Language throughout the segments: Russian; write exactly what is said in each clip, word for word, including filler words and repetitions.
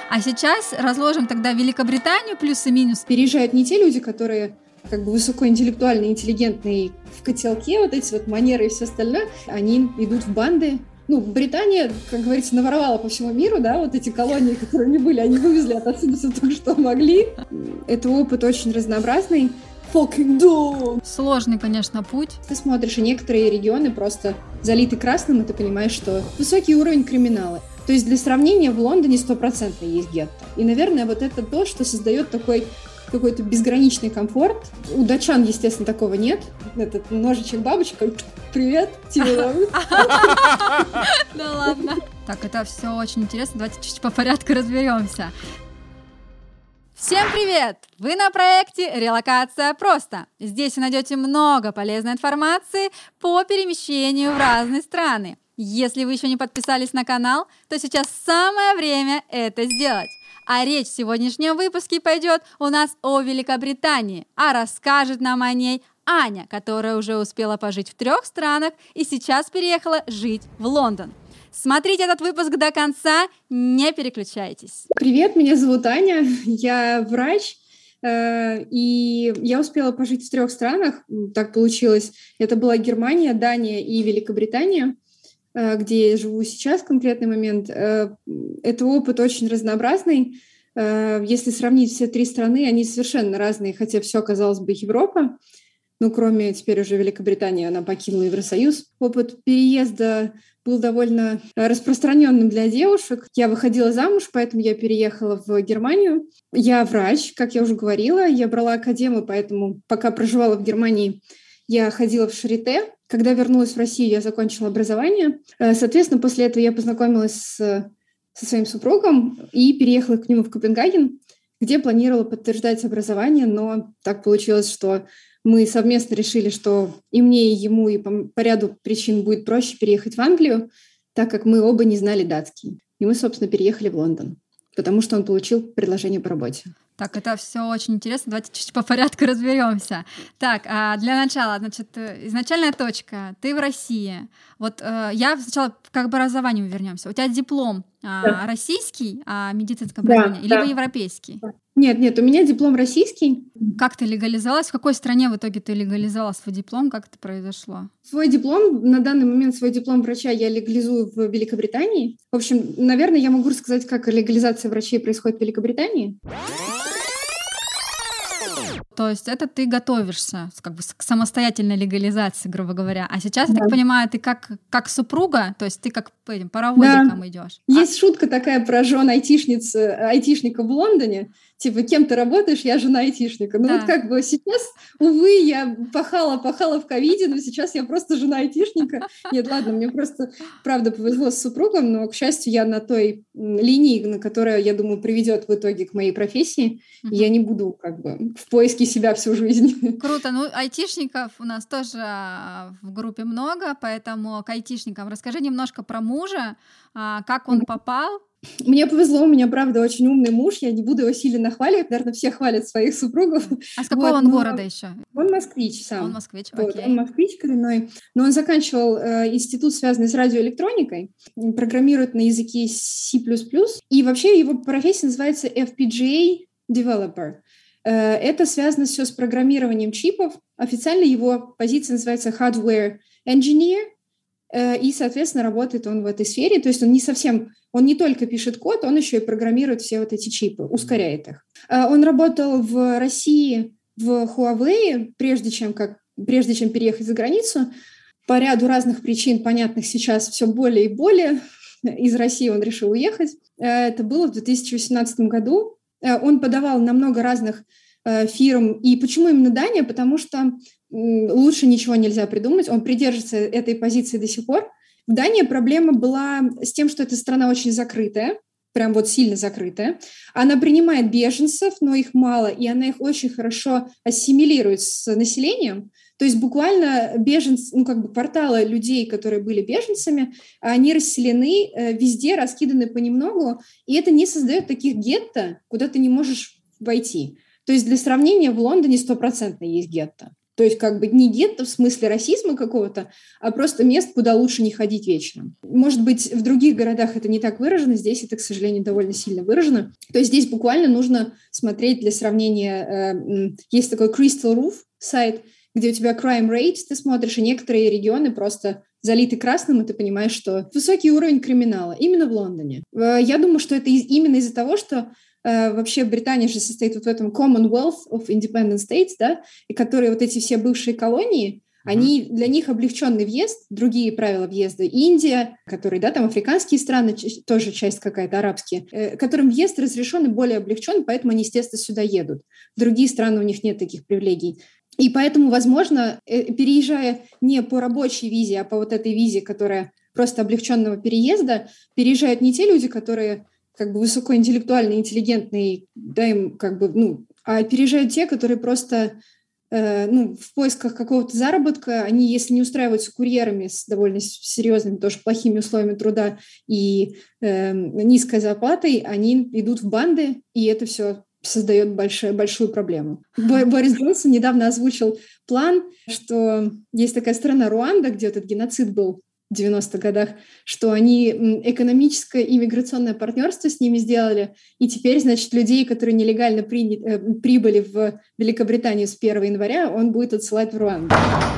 А сейчас разложим тогда Великобританию плюс и минус. Переезжают не те люди, которые как бы высокоинтеллектуальные, интеллигентные в котелке, вот эти вот манеры и все остальное, они идут в банды. Ну, Британия, как говорится, наворовала по всему миру, да, вот эти колонии, которые не были, они вывезли отсюда все то, что могли. Это опыт очень разнообразный. Fucking do! Сложный, конечно, путь. Ты смотришь, и некоторые регионы просто залиты красным, и ты понимаешь, что высокий уровень криминала. То есть для сравнения в Лондоне стопроцентно есть гетто. И, наверное, вот это то, что создает такой какой-то безграничный комфорт. У датчан, естественно, такого нет. Этот ножичек-бабочка. Привет, тебе. Да ладно. Так, это все очень интересно. Давайте чуть-чуть по порядку разберемся. Всем привет! Вы на проекте «Релокация просто». Здесь вы найдете много полезной информации по перемещению в разные страны. Если вы еще не подписались на канал, то сейчас самое время это сделать. А речь в сегодняшнем выпуске пойдет у нас о Великобритании, а расскажет нам о ней Аня, которая уже успела пожить в трех странах и сейчас переехала жить в Лондон. Смотрите этот выпуск до конца, не переключайтесь. Привет, меня зовут Аня, я врач, и я успела пожить в трех странах, так получилось. Это была Германия, Дания и Великобритания, где я живу сейчас в конкретный момент. Это опыт очень разнообразный. Если сравнить все три страны, они совершенно разные, хотя все, казалось бы, Европа. Ну, кроме теперь уже Великобритании, она покинула Евросоюз. Опыт переезда был довольно распространенным для девушек. Я выходила замуж, поэтому я переехала в Германию. Я врач, как я уже говорила. Я брала академию, поэтому пока проживала в Германии, я ходила в Шарите. Когда вернулась в Россию, я закончила образование. Соответственно, после этого я познакомилась с, со своим супругом и переехала к нему в Копенгаген, где планировала подтверждать образование, но так получилось, что мы совместно решили, что и мне, и ему, и по, по ряду причин будет проще переехать в Англию, так как мы оба не знали датский. И мы, собственно, переехали в Лондон, потому что он получил предложение по работе. Так, это все очень интересно. Давайте чуть-чуть по порядку разберемся. Так, а для начала, значит, изначальная точка. Ты в России. Вот э, я сначала к образованию вернемся. У тебя диплом а, да. российский, а медицинское образование, да, либо да. европейский? Нет, нет, у меня диплом российский. Как ты легализовалась? В какой стране в итоге ты легализовала свой диплом? Как это произошло? Свой диплом, на данный момент свой диплом врача я легализую в Великобритании. В общем, наверное, я могу рассказать, как легализация врачей происходит в Великобритании. То есть это ты готовишься как бы к самостоятельной легализации, грубо говоря. А сейчас, да. я так понимаю, ты как, как супруга, то есть ты как по этим паровозикам да. идешь. Есть а... шутка такая про жен айтишниц, айтишника в Лондоне. Типа, кем ты работаешь? Я жена айтишника. Ну да. вот как бы сейчас, увы, я пахала-пахала в ковиде, но сейчас я просто жена айтишника. Нет, ладно, мне просто, правда, повезло с супругом, но, к счастью, я на той линии, на которая, я думаю, приведет в итоге к моей профессии. Uh-huh. И я не буду как бы в поиске себя всю жизнь. Круто. Ну, айтишников у нас тоже в группе много, поэтому к айтишникам расскажи немножко про мужа, как он попал. Мне повезло, у меня, правда, очень умный муж, я не буду его сильно хвалить, наверное, все хвалят своих супругов. А с какого вот, он города еще? Он москвич сам. Он москвич, вот, окей. Он москвич коренной, но он заканчивал э, институт, связанный с радиоэлектроникой, программирует на языке C++, и вообще его профессия называется эф пи джи эй Developer. Э, это связано все с программированием чипов, официально его позиция называется Hardware Engineer, и, соответственно, работает он в этой сфере. То есть он не совсем, он не только пишет код, он еще и программирует все вот эти чипы, ускоряет их. Он работал в России в Huawei, прежде чем, как, прежде чем переехать за границу. По ряду разных причин, понятных сейчас все более и более, из России он решил уехать. Это было в две тысячи восемнадцатом году. Он подавал на много разных фирм. И почему именно Дания? Потому что лучше ничего нельзя придумать. Он придерживается этой позиции до сих пор. В Дании проблема была с тем, что эта страна очень закрытая, прям вот сильно закрытая. Она принимает беженцев, но их мало, и она их очень хорошо ассимилирует с населением. То есть буквально беженцы, ну как бы кварталы людей, которые были беженцами, они расселены везде, раскиданы понемногу, и это не создает таких гетто, куда ты не можешь войти. То есть для сравнения в Лондоне стопроцентно есть гетто. То есть как бы не гетто в смысле расизма какого-то, а просто мест, куда лучше не ходить вечером. Может быть, в других городах это не так выражено, здесь это, к сожалению, довольно сильно выражено. То есть здесь буквально нужно смотреть для сравнения. Есть такой Crystal Roof сайт, где у тебя crime rate, ты смотришь, и некоторые регионы просто залиты красным, и ты понимаешь, что высокий уровень криминала именно в Лондоне. Я думаю, что это именно из-за того, что Uh, вообще Британия же состоит вот в этом Commonwealth of Independent States, да, и которые вот эти все бывшие колонии, mm-hmm. они, для них облегченный въезд, другие правила въезда. Индия, которые, да, там африканские страны, тоже часть какая-то арабские, э, которым въезд разрешен и более облегчен, поэтому они, естественно, сюда едут. В другие страны у них нет таких привилегий. И поэтому, возможно, э, переезжая не по рабочей визе, а по вот этой визе, которая просто облегченного переезда, переезжают не те люди, которые как бы высокоинтеллектуальные, интеллигентные, да, им как бы, ну, а переезжают те, которые просто, э, ну, в поисках какого-то заработка, они, если не устраиваются курьерами с довольно серьезными, тоже плохими условиями труда и э, низкой зарплатой, они идут в банды, и это все создает большую, большую проблему. Борис Джонсон недавно озвучил план, что есть такая страна Руанда, где этот геноцид был в девяностых годах, что они экономическое и миграционное партнерство с ними сделали, и теперь, значит, людей, которые нелегально приня... э, прибыли в Великобританию с первого января, он будет отсылать в Руанду.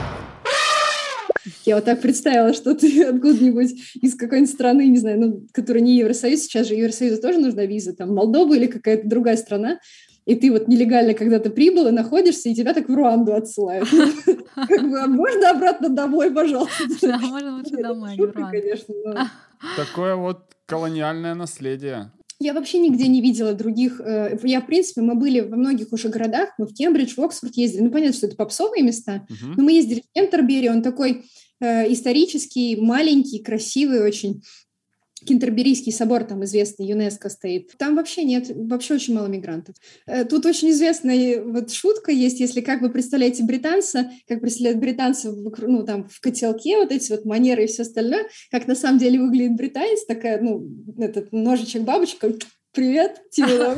Я вот так представила, что ты откуда-нибудь из какой-нибудь страны, не знаю, ну, которая не Евросоюз, сейчас же Евросоюзу тоже нужна виза, там, Молдова или какая-то другая страна, и ты вот нелегально когда-то прибыл и находишься, и тебя так в Руанду отсылают. Как бы, можно обратно домой, пожалуйста? Да, можно лучше домой, не в Руанду. Конечно. Такое вот колониальное наследие. Я вообще нигде не видела других. Я, в принципе, мы были во многих уже городах, мы в Кембридж, в Оксфорд ездили. Ну, понятно, что это попсовые места, uh-huh. но мы ездили в Кентербери, он такой э, исторический, маленький, красивый очень. Кентерберийский собор, там известный, ЮНЕСКО стоит. Там вообще нет, вообще очень мало мигрантов. Тут очень известная вот шутка есть, если как вы представляете британца, как представляют британцев ну, там, в котелке, вот эти вот манеры и все остальное, как на самом деле выглядит британец, такая, ну, этот ножичек-бабочка, привет, тебе.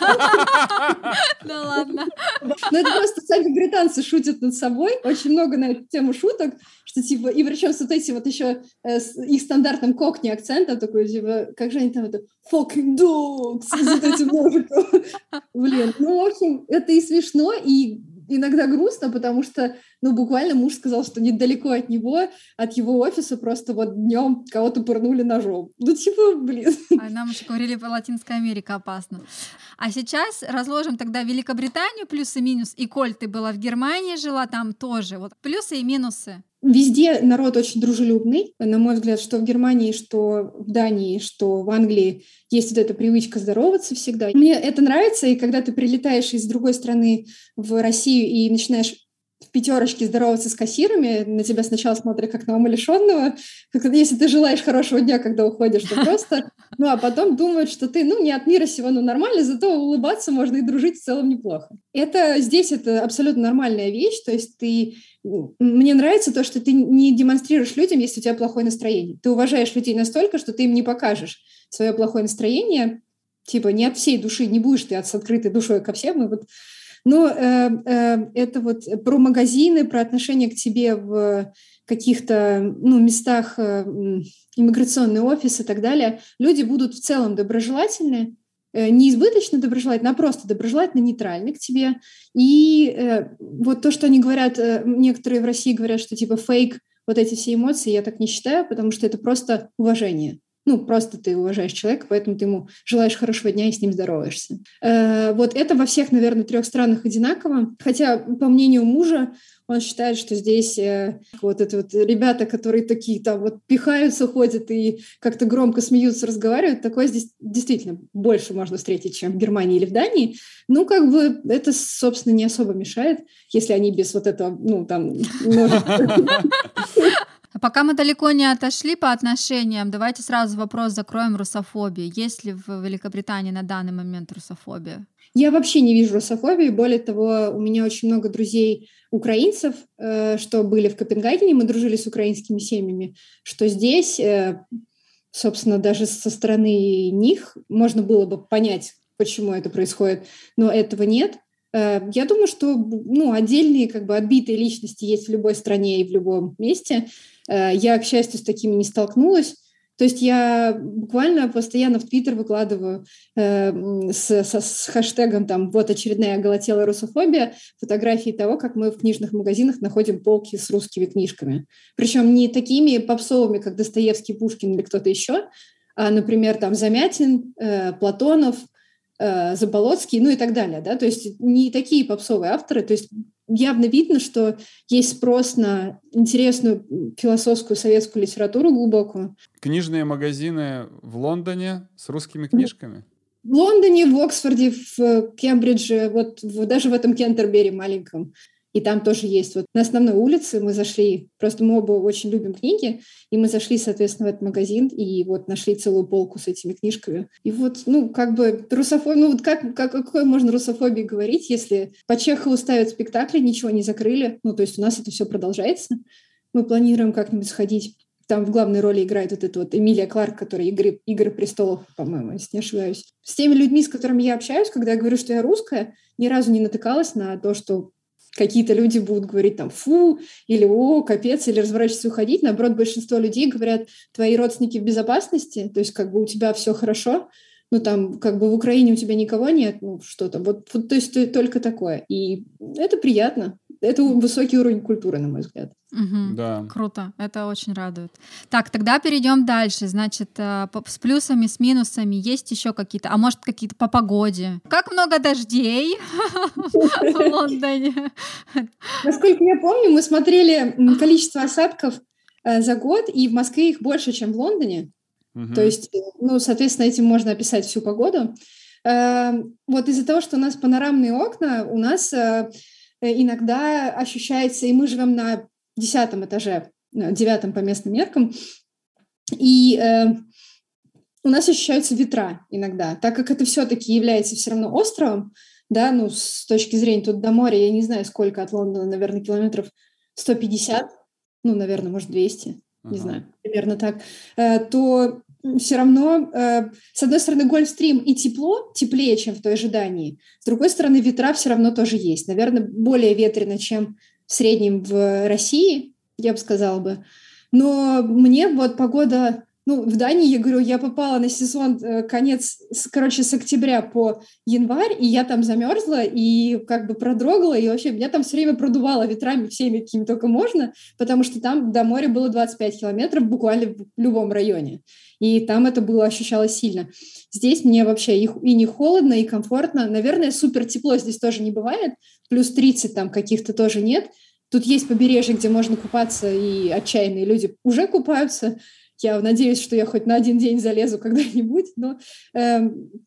Да ладно. Ну, это просто сами британцы шутят над собой, очень много на эту тему шуток, что типа, и причем с вот эти вот еще э, с их стандартным кокни акцентом, такой, типа, как же они там это, fucking dogs, с вот этим ножиком. Блин, ну, в общем, это и смешно, и иногда грустно, потому что, ну, буквально муж сказал, что недалеко от него, от его офиса просто вот днем кого-то пырнули ножом. Ну, типа, блин. А нам еще говорили, по Латинская Америка опасно. А сейчас разложим тогда Великобританию, плюсы и минусы. И Коль, ты была в Германии, жила там тоже. Вот плюсы и минусы. Везде народ очень дружелюбный. На мой взгляд, что в Германии, что в Дании, что в Англии есть вот эта привычка здороваться всегда. Мне это нравится, и когда ты прилетаешь из другой страны в Россию и начинаешь в пятерочке здороваться с кассирами, на тебя сначала смотрят как на умалишенного, если ты желаешь хорошего дня, когда уходишь, то просто, ну, а потом думают, что ты, ну, не от мира сего, но нормально, зато улыбаться можно и дружить в целом неплохо. Это здесь это абсолютно нормальная вещь, то есть ты мне нравится то, что ты не демонстрируешь людям, если у тебя плохое настроение. Ты уважаешь людей настолько, что ты им не покажешь свое плохое настроение, типа не от всей души, не будешь ты от, с открытой душой ко всем. И вот. Но э, э, это вот про магазины, про отношение к тебе в каких-то ну, местах, э, иммиграционный офис и так далее. Люди будут в целом доброжелательны, не избыточно доброжелательно, а просто доброжелательно, нейтральны к тебе. И э, вот то, что они говорят, э, некоторые в России говорят, что типа фейк, вот эти все эмоции, я так не считаю, потому что это просто уважение. Ну, просто ты уважаешь человека, поэтому ты ему желаешь хорошего дня и с ним здороваешься. Э, вот это во всех, наверное, трех странах одинаково. Хотя, по мнению мужа, он считает, что здесь э, вот это вот ребята, которые такие там вот пихаются, ходят и как-то громко смеются, разговаривают, такое здесь действительно больше можно встретить, чем в Германии или в Дании. Ну, как бы это, собственно, не особо мешает, если они без вот этого, ну, там... Пока мы далеко не отошли по отношениям, давайте сразу вопрос закроем: русофобия. Есть ли в Великобритании на данный момент русофобия? Я вообще не вижу русофобии. Более того, у меня очень много друзей украинцев, что были в Копенгагене, мы дружили с украинскими семьями, что здесь, собственно, даже со стороны них можно было бы понять, почему это происходит, но этого нет. Я думаю, что ну, отдельные как бы отбитые личности есть в любой стране и в любом месте. Я, к счастью, с такими не столкнулась. То есть я буквально постоянно в Твиттер выкладываю э, с, с, с хэштегом там «Вот очередная оголтелая русофобия» фотографии того, как мы в книжных магазинах находим полки с русскими книжками. Причем не такими попсовыми, как Достоевский, Пушкин или кто-то еще, а, например, там Замятин, э, Платонов, э, Заболоцкий, ну и так далее. Да? То есть не такие попсовые авторы. То есть явно видно, что есть спрос на интересную философскую советскую литературу глубокую. Книжные магазины в Лондоне с русскими книжками? В Лондоне, в Оксфорде, в Кембридже, вот в, даже в этом Кентербери маленьком. И там тоже есть. Вот на основной улице мы зашли, просто мы оба очень любим книги, и мы зашли, соответственно, в этот магазин, и вот нашли целую полку с этими книжками. И вот, ну, как бы русофобия, ну, вот как, как, о какой можно русофобии говорить, если по Чехову ставят спектакли, ничего не закрыли, ну, то есть у нас это все продолжается. Мы планируем как-нибудь сходить. Там в главной роли играет вот эта вот Эмилия Кларк, которая «Игры, «Игры престолов», по-моему, если не ошибаюсь. С теми людьми, с которыми я общаюсь, когда я говорю, что я русская, ни разу не натыкалась на то, что какие-то люди будут говорить там «фу» или «о, капец», или разворачиваться и уходить. Наоборот, большинство людей говорят «твои родственники в безопасности», то есть как бы у тебя все хорошо, ну там как бы в Украине у тебя никого нет, ну что-то. Вот, вот то есть только такое. И это приятно. Это высокий уровень культуры, на мой взгляд. Угу. Да. Круто, это очень радует. Так, тогда перейдем дальше. Значит, с плюсами, с минусами есть еще какие-то, а может какие-то по погоде? Как много дождей в Лондоне? Насколько я помню, мы смотрели количество осадков за год, и в Москве их больше, чем в Лондоне. То есть, ну, соответственно, этим можно описать всю погоду. Вот из-за того, что у нас панорамные окна, у нас иногда ощущается, и мы живем на десятом этаже, девятом по местным меркам, и э, у нас ощущаются ветра иногда, так как это все-таки является все равно островом, да, ну, с точки зрения тут до моря, я не знаю, сколько от Лондона, наверное, километров сто пятьдесят, ну, наверное, может, двести, uh-huh. не знаю, примерно так, э, то все равно, э, с одной стороны, Гольфстрим и тепло, теплее, чем в той же Дании, с другой стороны, ветра все равно тоже есть, наверное, более ветрено, чем в среднем в России, я бы сказала бы. Но мне вот погода... Ну, в Дании, я говорю, я попала на сезон э, конец, с, короче, с октября по январь, и я там замерзла и как бы продрогла, и вообще меня там все время продувало ветрами всеми, какими только можно, потому что там до моря было двадцать пять километров буквально в любом районе. И там это было, ощущалось сильно. Здесь мне вообще и, и не холодно, и комфортно. Наверное, супер тепло здесь тоже не бывает. Плюс тридцать там каких-то тоже нет. Тут есть побережье, где можно купаться, и отчаянные люди уже купаются. Я надеюсь, что я хоть на один день залезу когда-нибудь, но э,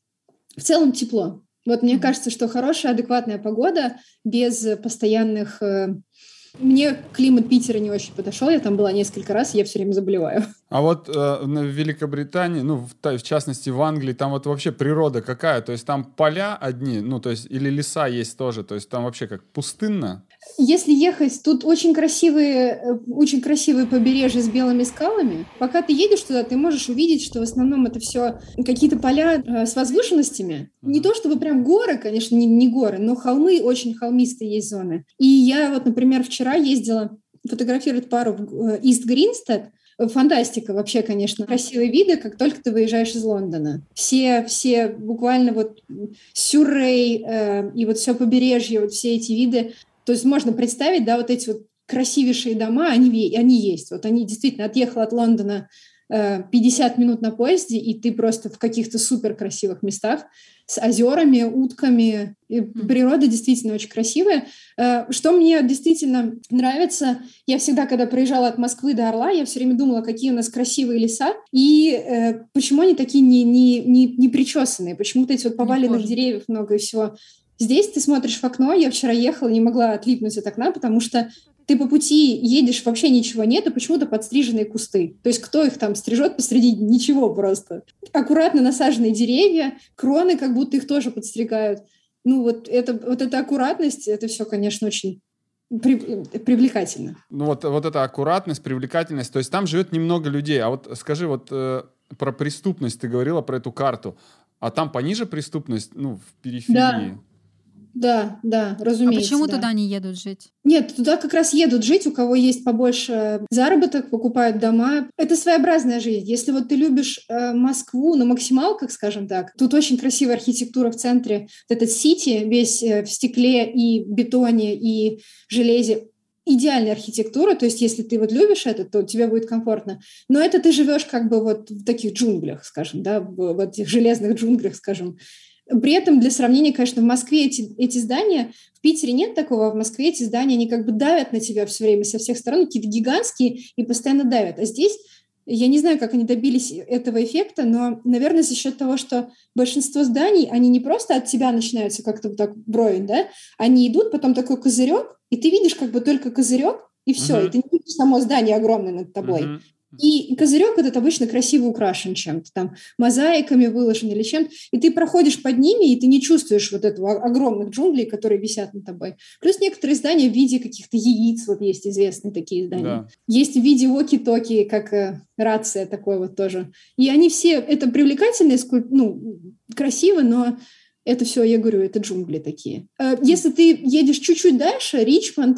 в целом тепло. Вот мне кажется, что хорошая, адекватная погода без постоянных... Э, Мне климат Питера не очень подошел, я там была несколько раз, и я все время заболеваю. А вот э, в Великобритании, ну, в, в частности в Англии, там вот вообще природа какая? То есть там поля одни, ну, то есть или леса есть тоже, то есть там вообще как пустынно? Если ехать, тут очень красивые, очень красивые побережья с белыми скалами. Пока ты едешь туда, ты можешь увидеть, что в основном это все какие-то поля э, с возвышенностями. Uh-huh. Не то чтобы прям горы, конечно, не, не горы, но холмы, очень холмистые есть зоны. И я вот, например, вчера ездила фотографировать пару в Ист Гринстед. Фантастика вообще, конечно. Красивые виды, как только ты выезжаешь из Лондона. Все, все буквально вот Сюррей э, и вот все побережье, вот все эти виды. То есть можно представить, да, вот эти вот красивейшие дома, они, они есть. Вот они действительно, отъехала от Лондона э, пятьдесят минут на поезде, и ты просто в каких-то супер красивых местах с озерами, утками. И природа действительно очень красивая. Э, что мне действительно нравится, я всегда, когда проезжала от Москвы до Орла, я все время думала, какие у нас красивые леса, и э, почему они такие не, не, не, не причесанные, почему-то эти вот поваленных деревьев много и всего. Здесь ты смотришь в окно, я вчера ехала, не могла отлипнуть от окна, потому что ты по пути едешь, вообще ничего нет, и почему-то подстриженные кусты. То есть кто их там стрижет посреди ничего просто. Аккуратно насаженные деревья, кроны, как будто их тоже подстригают. Ну вот, это, вот эта аккуратность, это все, конечно, очень при, привлекательно. Ну вот, вот эта аккуратность, привлекательность, то есть там живет немного людей. А вот скажи, вот э, про преступность ты говорила, про эту карту. А там пониже преступность, ну, в периферии? Да. Да, да, А разумеется. почему да. туда не едут жить? Нет, туда как раз едут жить, у кого есть побольше заработок, покупают дома. Это своеобразная жизнь. Если вот ты любишь э, Москву на максималках, скажем так, тут очень красивая архитектура в центре. Вот этот Сити весь э, в стекле и бетоне и железе. Идеальная архитектура, то есть если ты вот любишь это, то тебе будет комфортно. Но это ты живешь как бы вот в таких джунглях, скажем, да, в, в этих железных джунглях, скажем. При этом для сравнения, конечно, в Москве эти, эти здания, в Питере нет такого, а в Москве эти здания, они как бы давят на тебя все время со всех сторон, какие-то гигантские и постоянно давят. А здесь, я не знаю, как они добились этого эффекта, но, наверное, за счет того, что большинство зданий, они не просто от тебя начинаются как-то вот так вровень, да, они идут, потом такой козырек, и ты видишь как бы только козырек, и все, uh-huh. и ты не видишь само здание огромное над тобой. Uh-huh. И козырек этот обычно красиво украшен чем-то, там, мозаиками выложен или чем-то, и ты проходишь под ними, и ты не чувствуешь вот этого огромных джунглей, которые висят над тобой. Плюс некоторые здания в виде каких-то яиц, вот есть известные такие здания. Да. Есть в виде воки-токи, как э, рация такой вот тоже. И они все, это привлекательно, ну, красиво, но это все, я говорю, это джунгли такие. Если ты едешь чуть-чуть дальше, Ричмонд,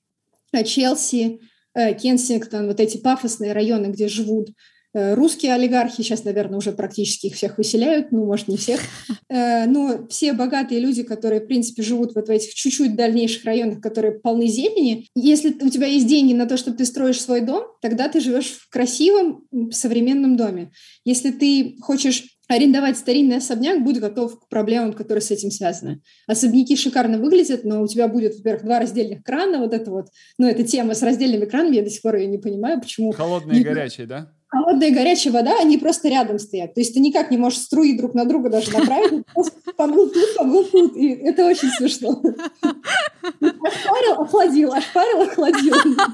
Челси, Кенсингтон, вот эти пафосные районы, где живут русские олигархи, сейчас, наверное, уже практически их всех выселяют, ну, может, не всех, но все богатые люди, которые, в принципе, живут вот в этих чуть-чуть дальнейших районах, которые полны зелени, если у тебя есть деньги на то, чтобы ты строишь свой дом, тогда ты живешь в красивом современном доме. Если ты хочешь арендовать старинный особняк, будь готов к проблемам, которые с этим связаны. Особняки шикарно выглядят, но у тебя будет, во-первых, два раздельных крана, вот это вот, ну, эта тема с раздельными кранами, я до сих пор ее не понимаю, почему... Холодная и горячая, да? Холодная и горячая вода, они просто рядом стоят. То есть ты никак не можешь струи друг на друга даже направить, просто помыл тут, помыл тут, и это очень смешно. Ошпарил, охладил, ошпарил, охладил.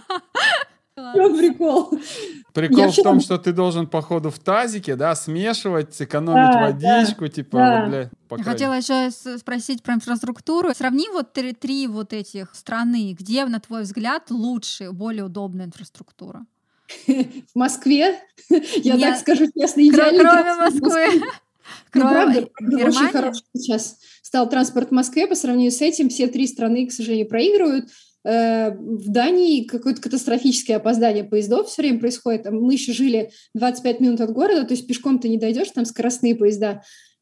В прикол? Прикол Я в том, что ты должен, походу, в тазике, да, смешивать, экономить да, водичку, да, типа, да. Вот, бля, Я хотела еще спросить про инфраструктуру. Сравни вот три, три вот этих страны, где, на твой взгляд, лучше, более удобная инфраструктура? В Москве, я так скажу честно, идеально. Кроме Москвы. Кроме Германии. Очень хороший сейчас стал транспорт в Москве. По сравнению с этим все три страны, к сожалению, проигрывают. В Дании какое-то катастрофическое опоздание поездов все время происходит. Мы еще жили двадцать пять минут от города, то есть пешком ты не дойдешь, там скоростные поезда,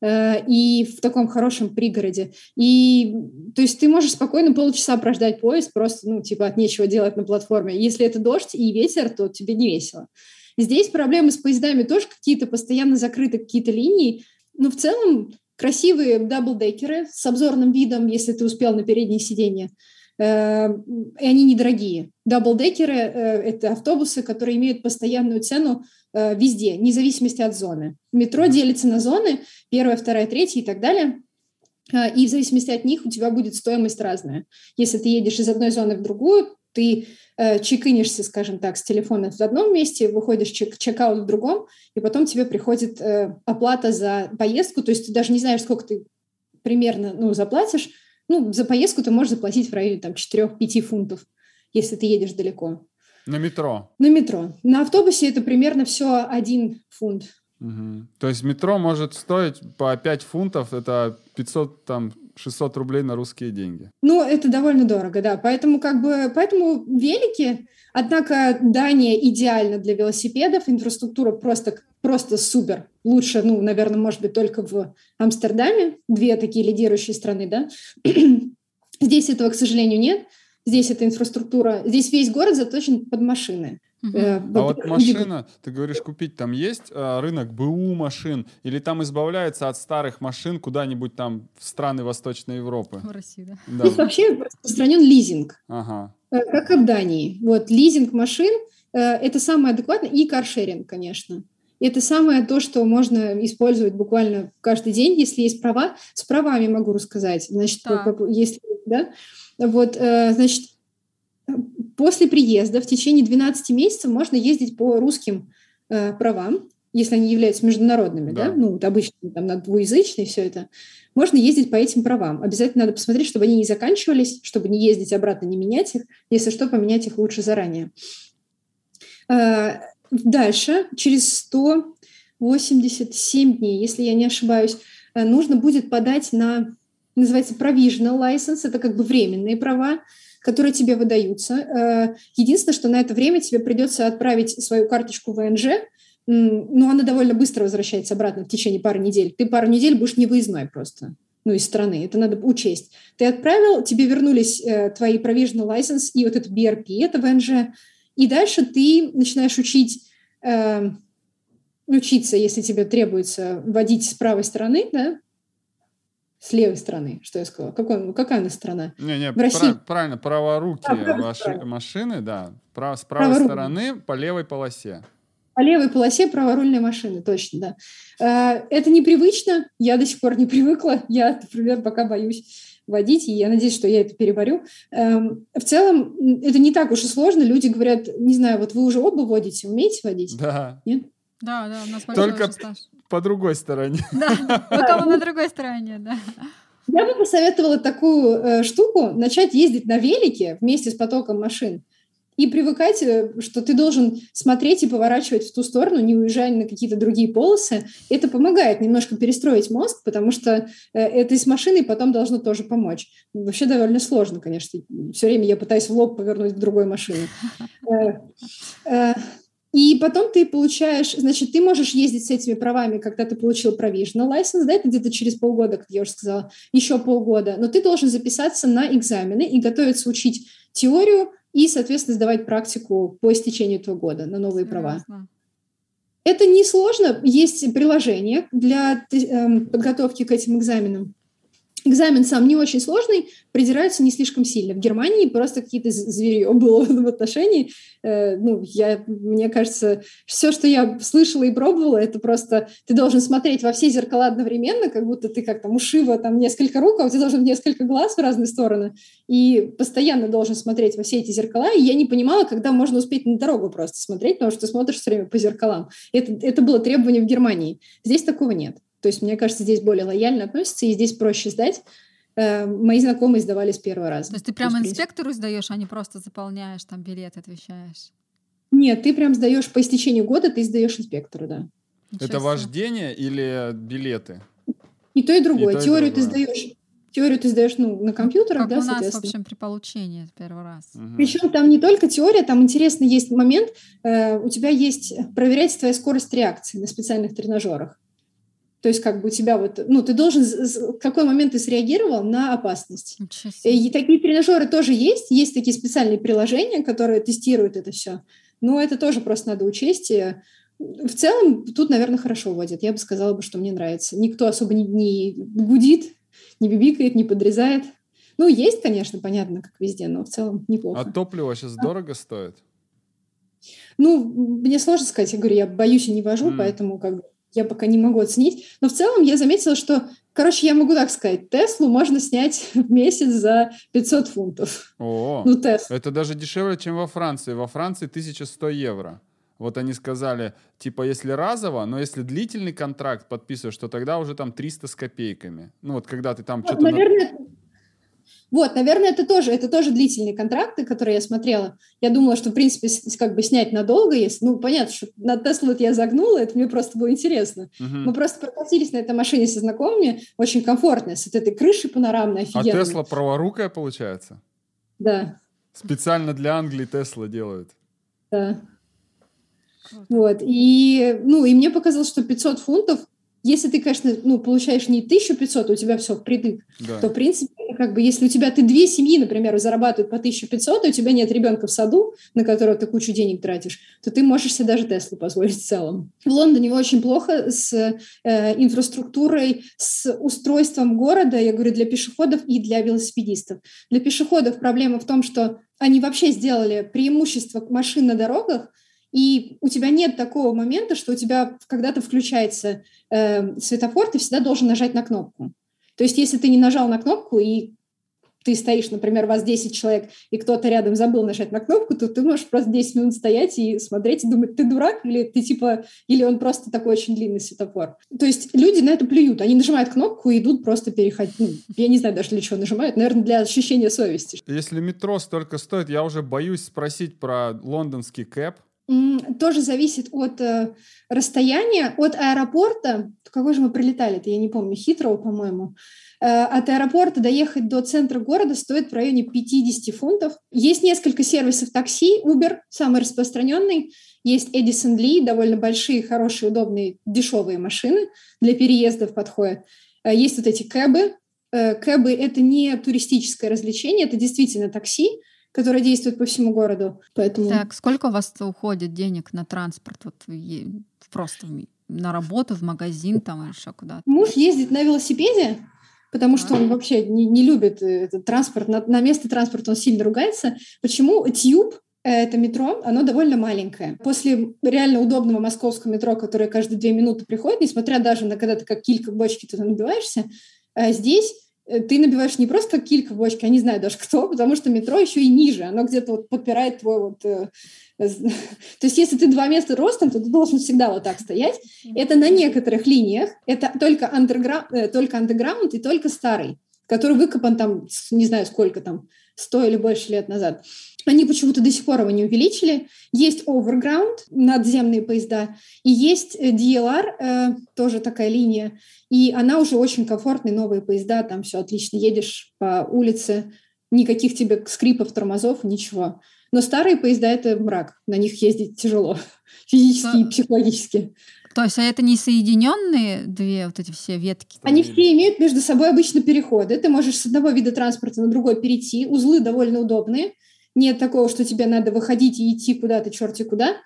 и в таком хорошем пригороде. И, то есть ты можешь спокойно полчаса прождать поезд, просто, ну, типа, от нечего делать на платформе. Если это дождь и ветер, то тебе не весело. Здесь проблемы с поездами тоже какие-то, постоянно закрыты какие-то линии, но в целом красивые даблдекеры с обзорным видом, если ты успел на переднее сиденье. И они недорогие. Даблдекеры – это автобусы, которые имеют постоянную цену везде, вне зависимости от зоны. Метро делится на зоны, первая, вторая, третья и так далее. И в зависимости от них у тебя будет стоимость разная. Если ты едешь из одной зоны в другую, ты чекинишься, скажем так, с телефона в одном месте, выходишь чек- чекаут в другом, и потом тебе приходит оплата за поездку, то есть ты даже не знаешь, сколько ты примерно ну, заплатишь. Ну, за поездку ты можешь заплатить в районе там, четыре-пять фунтов, если ты едешь далеко. На метро? На метро. На автобусе это примерно все один фунт. Угу. То есть метро может стоить по пять фунтов, это пятьсот, там, шестьсот рублей на русские деньги. Ну, это довольно дорого, да. Поэтому, как бы, поэтому велики, однако Дания идеальна для велосипедов, инфраструктура просто, просто супер. Лучше, ну, наверное, может быть, только в Амстердаме, две такие лидирующие страны, да. Здесь этого, к сожалению, нет. Здесь эта инфраструктура, здесь весь город заточен под машины. Uh-huh. Э, а вот машина, ты говоришь, купить там есть э, рынок БУ машин, или там избавляются от старых машин куда-нибудь там в страны Восточной Европы? В России, да. да. Здесь вообще распространен лизинг, ага. э, как и в Дании. Вот, лизинг машин э, – это самое адекватное, и каршеринг, конечно. Это самое то, что можно использовать буквально каждый день, если есть права. С правами могу рассказать. Значит, да. если, да, вот, э, значит, после приезда в течение двенадцати месяцев можно ездить по русским э, правам, если они являются международными, да, да? Ну, вот обычно там на двуязычные все это. Можно ездить по этим правам. Обязательно надо посмотреть, чтобы они не заканчивались, чтобы не ездить обратно, не менять их. Если что, поменять их лучше заранее. Э, дальше, через сто восемьдесят семь дней, если я не ошибаюсь, э, нужно будет подать на называется provisional license, это как бы временные права, которые тебе выдаются. Единственное, что на это время тебе придется отправить свою карточку в вэ эн жэ, но она довольно быстро возвращается обратно в течение пары недель. Ты пару недель будешь невыездной просто, ну, из страны. Это надо учесть. Ты отправил, тебе вернулись э, твои provisional license и вот это би ар пи, это вэ эн жэ, и дальше ты начинаешь учить, э, учиться, если тебе требуется водить с правой стороны, да, с левой стороны, что я сказала? Какой, какая она сторона? Не-не, в России... прав, правильно, праворукие а, маши, машины, да, прав, с правой Праворук... стороны по левой полосе. По левой полосе праворульные машины, точно, да. Это непривычно, я до сих пор не привыкла, я, например, пока боюсь водить, и я надеюсь, что я это переборю. В целом, это не так уж и сложно, люди говорят, не знаю, вот вы уже оба водите, умеете водить? Да. Нет? Да, да, у нас только по другой стороне. Да, только на другой стороне, да. Я бы посоветовала такую э, штуку, начать ездить на велике вместе с потоком машин и привыкать, что ты должен смотреть и поворачивать в ту сторону, не уезжая на какие-то другие полосы. Это помогает немножко перестроить мозг, потому что э, это и с машиной потом должно тоже помочь. Вообще довольно сложно, конечно. Все время я пытаюсь в лоб повернуть к другой машине. И потом ты получаешь, значит, ты можешь ездить с этими правами, когда ты получил provisional license, да, это где-то через полгода, как я уже сказала, еще полгода, но ты должен записаться на экзамены и готовиться учить теорию и, соответственно, сдавать практику по истечению этого года на новые права. Ясно. Это несложно, есть приложение для э, подготовки к этим экзаменам. Экзамен сам не очень сложный, придираются не слишком сильно. В Германии просто какие-то зверье было в отношении. Э, ну, я, мне кажется, все, что я слышала и пробовала, это просто ты должен смотреть во все зеркала одновременно, как будто ты как там у Шива, там несколько рук, а у тебя должно быть несколько глаз в разные стороны. И постоянно должен смотреть во все эти зеркала. И я не понимала, когда можно успеть на дорогу просто смотреть, потому что ты смотришь все время по зеркалам. Это, это было требование в Германии. Здесь такого нет. То есть, мне кажется, здесь более лояльно относятся, и здесь проще сдать. Э, мои знакомые сдавали с первого раза. То есть ты прямо инспектору сдаешь, а не просто заполняешь там билет, отвечаешь? Нет, ты прям сдаешь по истечению года, ты сдаешь инспектору, да. Ничего Это себе. Вождение или билеты? И то, и другое. И то, и теорию, другое. ты сдаешь, теорию ты сдаешь ну, на компьютерах, Как да, у нас, в соответственно. общем, при получении первый раз. Угу. Причем там не только теория, там интересный есть момент, э, у тебя есть проверять твою скорость реакции на специальных тренажерах. То есть как бы у тебя вот, ну, ты должен, в какой момент ты среагировал на опасность. И такие тренажеры тоже есть, есть такие специальные приложения, которые тестируют это все. Но это тоже просто надо учесть. И в целом тут, наверное, хорошо водят. Я бы сказала, бы, что мне нравится. Никто особо не, не гудит, не бибикает, не подрезает. Ну, есть, конечно, понятно, как везде, но в целом неплохо. А топливо сейчас а. дорого стоит? Ну, мне сложно сказать. Я говорю, я боюсь и не вожу, mm. поэтому как бы я пока не могу оценить. Но в целом я заметила, что, короче, я могу так сказать, Теслу можно снять в месяц за пятьсот фунтов. О, ну, Тесла. Это даже дешевле, чем во Франции. Во Франции тысяча сто евро. Вот они сказали, типа, если разово, но если длительный контракт подписываешь, то тогда уже там триста с копейками. Ну вот когда ты там вот, что-то... Наверное... На... Вот, наверное, это тоже, это тоже длительные контракты, которые я смотрела. Я думала, что, в принципе, как бы снять надолго, если... Ну, понятно, что на Теслу это я загнула, это мне просто было интересно. Uh-huh. Мы просто прокатились на этой машине со знакомыми, очень комфортно, с вот этой крышей панорамной, офигенной. А Тесла праворукая, получается? Да. Специально для Англии Тесла делают. Да. Вот, и, ну, и мне показалось, что пятьсот фунтов, если ты, конечно, ну, получаешь не тысячу пятьсот, у тебя все впритык, да. то, в принципе, как бы, если у тебя ты две семьи, например, зарабатывают по тысяче пятьсот, и у тебя нет ребенка в саду, на которого ты кучу денег тратишь, то ты можешь себе даже Теслу позволить в целом. В Лондоне очень плохо с э, инфраструктурой, с устройством города, я говорю, для пешеходов и для велосипедистов. Для пешеходов проблема в том, что они вообще сделали преимущество машин на дорогах, и у тебя нет такого момента, что у тебя когда-то включается э, светофор, ты всегда должен нажать на кнопку. То есть если ты не нажал на кнопку, и ты стоишь, например, вас десять человек, и кто-то рядом забыл нажать на кнопку, то ты можешь просто десять минут стоять и смотреть, и думать, ты дурак, или ты типа, или он просто такой очень длинный светофор. То есть люди на это плюют, они нажимают кнопку и идут просто переходить. Ну, я не знаю даже, для чего нажимают, наверное, для ощущения совести. Если метро столько стоит, я уже боюсь спросить про лондонский кэб. м, тоже зависит от э, расстояния, от аэропорта. Какой же мы прилетали-то, я не помню, Хитроу, по-моему. Э, от аэропорта доехать до центра города стоит в районе пятьдесят фунтов. Есть несколько сервисов такси. Uber самый распространенный. Есть Edison Lee, довольно большие, хорошие, удобные, дешевые машины для переездов подходят. Э, есть вот эти кэбы. Э, кэбы – это не туристическое развлечение, это действительно такси, которое действует по всему городу. Поэтому... Так, сколько у вас уходит денег на транспорт? Вот е- просто в- на работу, в магазин там или что, куда-то? Муж ездит на велосипеде, потому что он вообще не, не любит этот транспорт. На, на место транспорта он сильно ругается. Почему? Тьюб, это метро, оно довольно маленькое. После реально удобного московского метро, которое каждые две минуты приходит, несмотря даже на когда ты как килька в бочке туда набиваешься, здесь ты набиваешь не просто как килька в бочке, я не знаю даже кто, потому что метро еще и ниже, оно где-то вот подпирает твой вот... Э, э, то есть если ты два метра ростом, то ты должен всегда вот так стоять. Это на некоторых линиях, это только андерграунд, э, только андеграунд и только старый, который выкопан там, не знаю сколько там, сто или больше лет назад. Они почему-то до сих пор его не увеличили. Есть Overground, надземные поезда, и есть ди эл ар, э, тоже такая линия, и она уже очень комфортная, новые поезда, там все отлично, едешь по улице, никаких тебе скрипов, тормозов, ничего. Но старые поезда – это мрак, на них ездить тяжело, физически и психологически. То есть, а это не соединенные две вот эти все ветки? Они все имеют между собой обычно переходы. Ты можешь с одного вида транспорта на другой перейти. Узлы довольно удобные. Нет такого, что тебе надо выходить и идти куда-то, черти куда,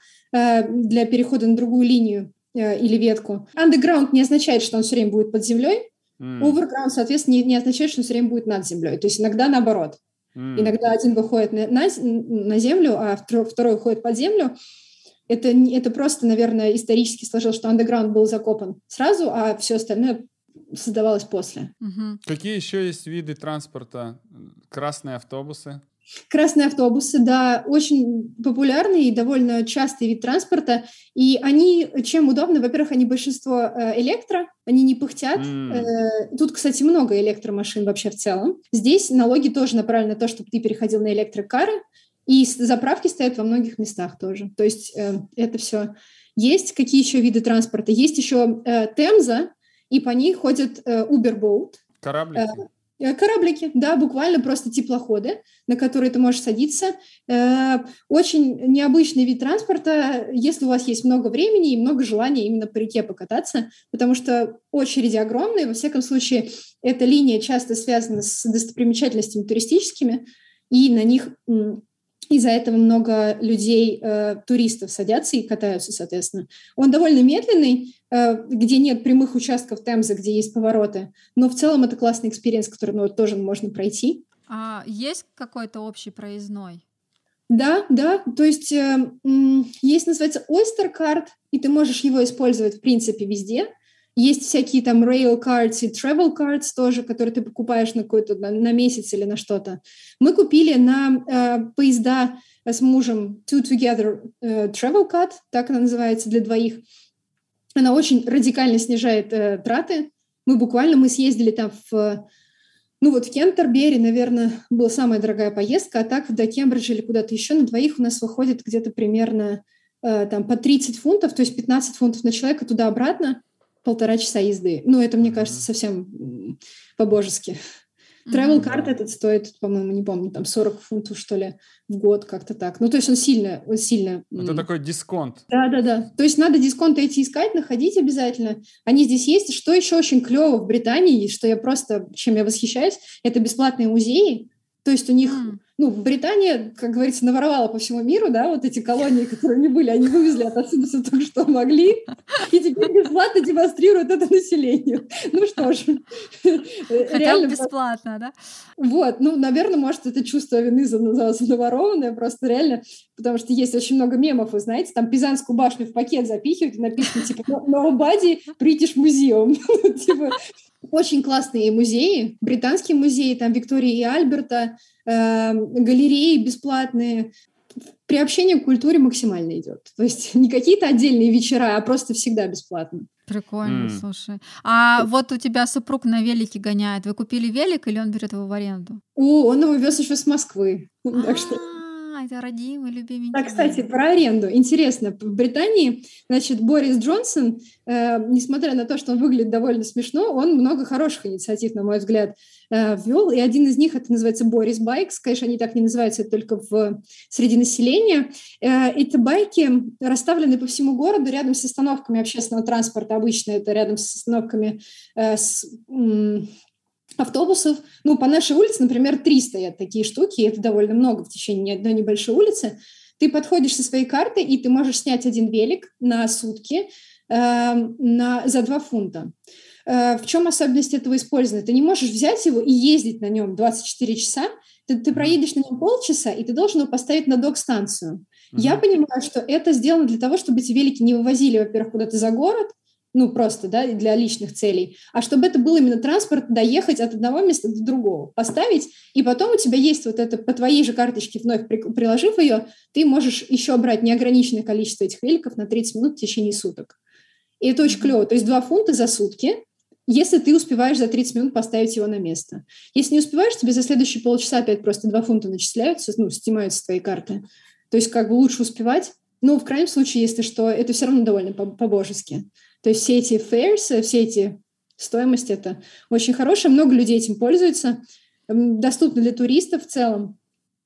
для перехода на другую линию или ветку. Underground не означает, что он все время будет под землей. Mm. Overground, соответственно, не, не означает, что он все время будет над землей. То есть иногда наоборот. Mm. Иногда один выходит на, на, на землю, а второй, второй уходит под землю. Это, это просто, наверное, исторически сложилось, что Underground был закопан сразу, а все остальное создавалось после. Mm-hmm. Какие еще есть виды транспорта? Красные автобусы? Красные автобусы, да, очень популярный и довольно частый вид транспорта. И они чем удобны? Во-первых, они большинство э, электро, они не пыхтят. Mm. Э, тут, кстати, много электромашин вообще в целом. Здесь налоги тоже направлены на то, чтобы ты переходил на электрокары. И заправки стоят во многих местах тоже. То есть э, это все есть. Какие еще виды транспорта? Есть еще э, Темза, и по ней ходят э, Uber-boat. Кораблики. Э, Кораблики, да, буквально просто теплоходы, на которые ты можешь садиться. Очень необычный вид транспорта, если у вас есть много времени и много желания именно по реке покататься, потому что очереди огромные. Во всяком случае, эта линия часто связана с достопримечательностями туристическими, и на них из-за этого много людей, туристов садятся и катаются, соответственно. Он довольно медленный, где нет прямых участков Темзы, где есть повороты. Но в целом это классный экспириенс, который ну, тоже можно пройти. А есть какой-то общий проездной? Да, да. То есть э, есть, называется, Oyster Card, и ты можешь его использовать, в принципе, везде. Есть всякие там rail cards и travel cards тоже, которые ты покупаешь на какой-то на, на месяц или на что-то. Мы купили на э, поезда с мужем Two Together э, Travel Card, так она называется, для двоих. Она очень радикально снижает э, траты. Мы буквально, мы съездили там в, ну вот в Кентербери, наверное, была самая дорогая поездка, а так до Кембриджа или куда-то еще на двоих у нас выходит где-то примерно э, там по тридцать фунтов, то есть пятнадцать фунтов на человека туда-обратно, полтора часа езды. Ну, это, мне кажется, совсем по-божески. Travel Card mm-hmm. этот стоит, по-моему, не помню, там сорок фунтов, что ли, в год, как-то так. Ну, то есть он сильно... Он сильно это такой дисконт. Да-да-да. То есть надо дисконты эти искать, находить обязательно. Они здесь есть. И что еще очень клево в Британии, что я просто... Чем я восхищаюсь, это бесплатные музеи. То есть у них... Mm. Ну, Британия, как говорится, наворовала по всему миру, да, вот эти колонии, которые не были, они вывезли отсюда все то, что могли, и теперь бесплатно демонстрируют это населению. Ну что ж. Хотя бы бесплатно, да? Вот, ну, наверное, может, это чувство вины за, за, за наворованное, просто реально, потому что есть очень много мемов, вы знаете, там Пизанскую башню в пакет запихивают, и написано, типа, nobody British Museum. Типа, очень классные музеи, британские музеи, там Виктории и Альберта, э, галереи бесплатные. Приобщение к культуре максимально идет. То есть не какие-то отдельные вечера, а просто всегда бесплатно. Прикольно, mm. слушай. А вот у тебя супруг на велике гоняет. Вы купили велик или он берет его в аренду? О, он его вез еще с Москвы. Так что... А, это родимый, любименький. Да, кстати, про аренду. Интересно, в Британии, значит, Борис Джонсон, э, несмотря на то, что он выглядит довольно смешно, он много хороших инициатив, на мой взгляд, э, ввел, и один из них, это называется Борис Байкс, конечно, они так не называются, это только в, среди населения. Э, это байки расставлены по всему городу рядом с остановками общественного транспорта, обычно это рядом с остановками э, с, м- автобусов. Ну, по нашей улице, например, три стоят такие штуки, и это довольно много в течение одной небольшой улицы. Ты подходишь со своей картой, и ты можешь снять один велик на сутки э, на, за два фунта. Э, в чем особенность этого использования? Ты не можешь взять его и ездить на нем двадцать четыре часа. Ты, ты проедешь на нем полчаса, и ты должен его поставить на док-станцию. Mm-hmm. Я понимаю, что это сделано для того, чтобы эти велики не вывозили, во-первых, куда-то за город, ну, просто, да, для личных целей, а чтобы это был именно транспорт, доехать от одного места до другого, поставить, и потом у тебя есть вот это, по твоей же карточке, вновь приложив ее, ты можешь еще брать неограниченное количество этих великов на тридцать минут в течение суток. И это очень клево. То есть два фунта за сутки, если ты успеваешь за тридцать минут поставить его на место. Если не успеваешь, тебе за следующие полчаса опять просто два фунта начисляются, ну, снимаются с твоей карты. То есть как бы лучше успевать. Но в крайнем случае, если что, это все равно довольно по-божески. То есть все эти fares, все эти стоимости, это очень хорошее. Много людей этим пользуются. Доступно для туристов в целом.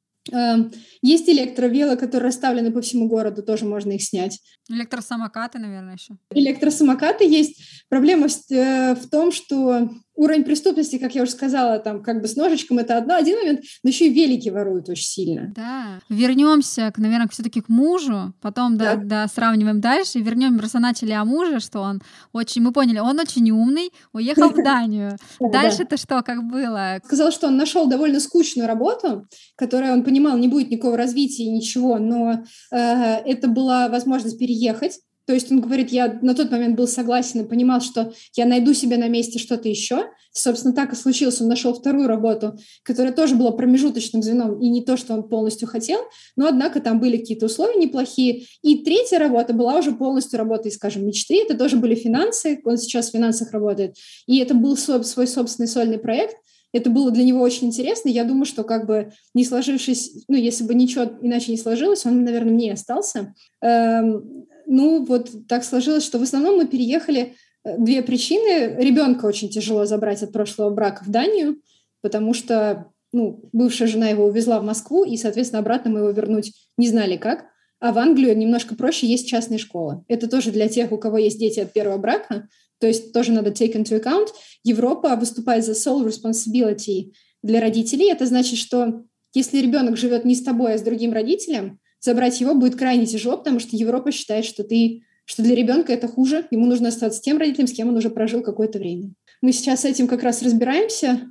Есть электровелы, которые расставлены по всему городу, тоже можно их снять. Электросамокаты, наверное, еще. Электросамокаты есть. Проблема в, в том, что уровень преступности, как я уже сказала, там как бы с ножичком это одно, один момент, но еще и велики воруют очень сильно. Да. Вернемся, наверное, все-таки к мужу, потом да. Да, да, сравниваем дальше, и вернем, просто начали о муже, что он очень, мы поняли, он очень умный, уехал в Данию. Дальше-то что, как было? Сказал, что он нашел довольно скучную работу, которая, он понимал, не будет никакого развития, ничего, но э, это была возможность переехать. То есть он говорит, я на тот момент был согласен и понимал, что я найду себе на месте что-то еще. Собственно, так и случилось. Он нашел вторую работу, которая тоже была промежуточным звеном, и не то, что он полностью хотел, но, однако, там были какие-то условия неплохие. И третья работа была уже полностью работой, скажем, мечты. Это тоже были финансы. Он сейчас в финансах работает. И это был свой, свой собственный сольный проект. Это было для него очень интересно. Я думаю, что как бы не сложившись, ну, если бы ничего иначе не сложилось, он, наверное, не остался. Эм, ну, вот так сложилось, что в основном мы переехали. Две причины. Ребенка очень тяжело забрать от прошлого брака в Данию, потому что, ну, бывшая жена его увезла в Москву, и, соответственно, обратно мы его вернуть не знали как. А в Англию немножко проще, есть частные школы. Это тоже для тех, у кого есть дети от первого брака. То есть тоже надо take into account. Европа выступает за sole responsibility для родителей. Это значит, что если ребенок живет не с тобой, а с другим родителем, забрать его будет крайне тяжело, потому что Европа считает, что, ты, что для ребенка это хуже. Ему нужно остаться с тем родителем, с кем он уже прожил какое-то время. Мы сейчас с этим как раз разбираемся.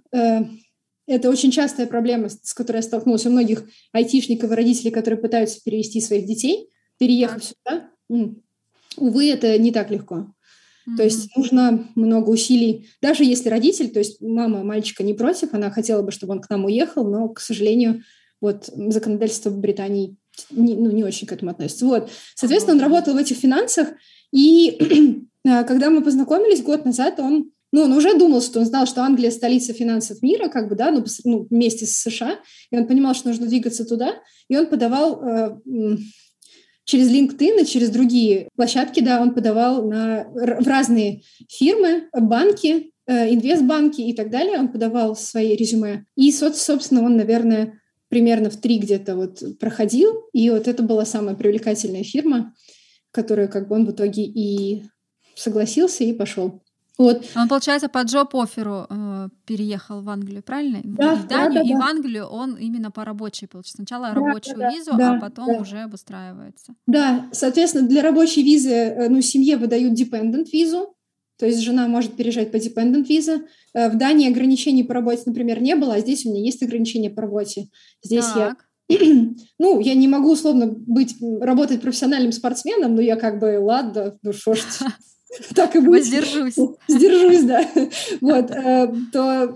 Это очень частая проблема, с которой я столкнулась у многих айтишников и родителей, которые пытаются перевести своих детей, переехав сюда. Увы, это не так легко. Mm-hmm. То есть нужно много усилий. Даже если родитель, то есть мама мальчика не против, она хотела бы, чтобы он к нам уехал, но, к сожалению, вот законодательство в Британии не, ну, не очень к этому относится. Вот. Соответственно, он работал в этих финансах, и когда мы познакомились год назад, он, ну, он уже думал, что он знал, что Англия столица финансов мира, как бы, да, ну, ну, вместе с США, и он понимал, что нужно двигаться туда, и он подавал... Э, через LinkedIn и через другие площадки, да, он подавал на, в разные фирмы, банки, э, инвестбанки и так далее. Он подавал свои резюме. И, собственно, он, наверное, примерно в три где-то вот проходил. И вот это была самая привлекательная фирма, которая как бы он в итоге и согласился, и пошел. Вот. Он, получается, по джоб-офферу э, переехал в Англию, правильно? Да, в Данию, да, да, и да. в Англию он именно по рабочей, получается. Сначала да, рабочую да, визу, да, а потом да. уже обустраивается. Да, соответственно, для рабочей визы, ну, семье выдают dependent визу, то есть жена может переезжать по dependent визе. В Дании ограничений по работе, например, не было, а здесь у меня есть ограничения по работе. Здесь так. я... Ну, я не могу, условно, быть, работать профессиональным спортсменом, но я как бы, ладно, ну что ж... Так и будет. Воздержусь. Сдержусь, да. Вот. То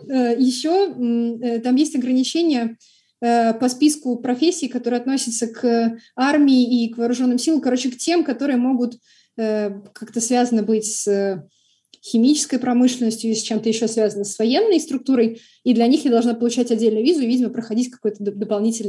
еще там есть ограничения по списку профессий, которые относятся к армии и к вооруженным силам, короче, к тем, которые могут как-то связаны быть с химической промышленностью или с чем-то еще связано с военной структурой, и для них я должна получать отдельную визу и, видимо, проходить какое-то дополнительное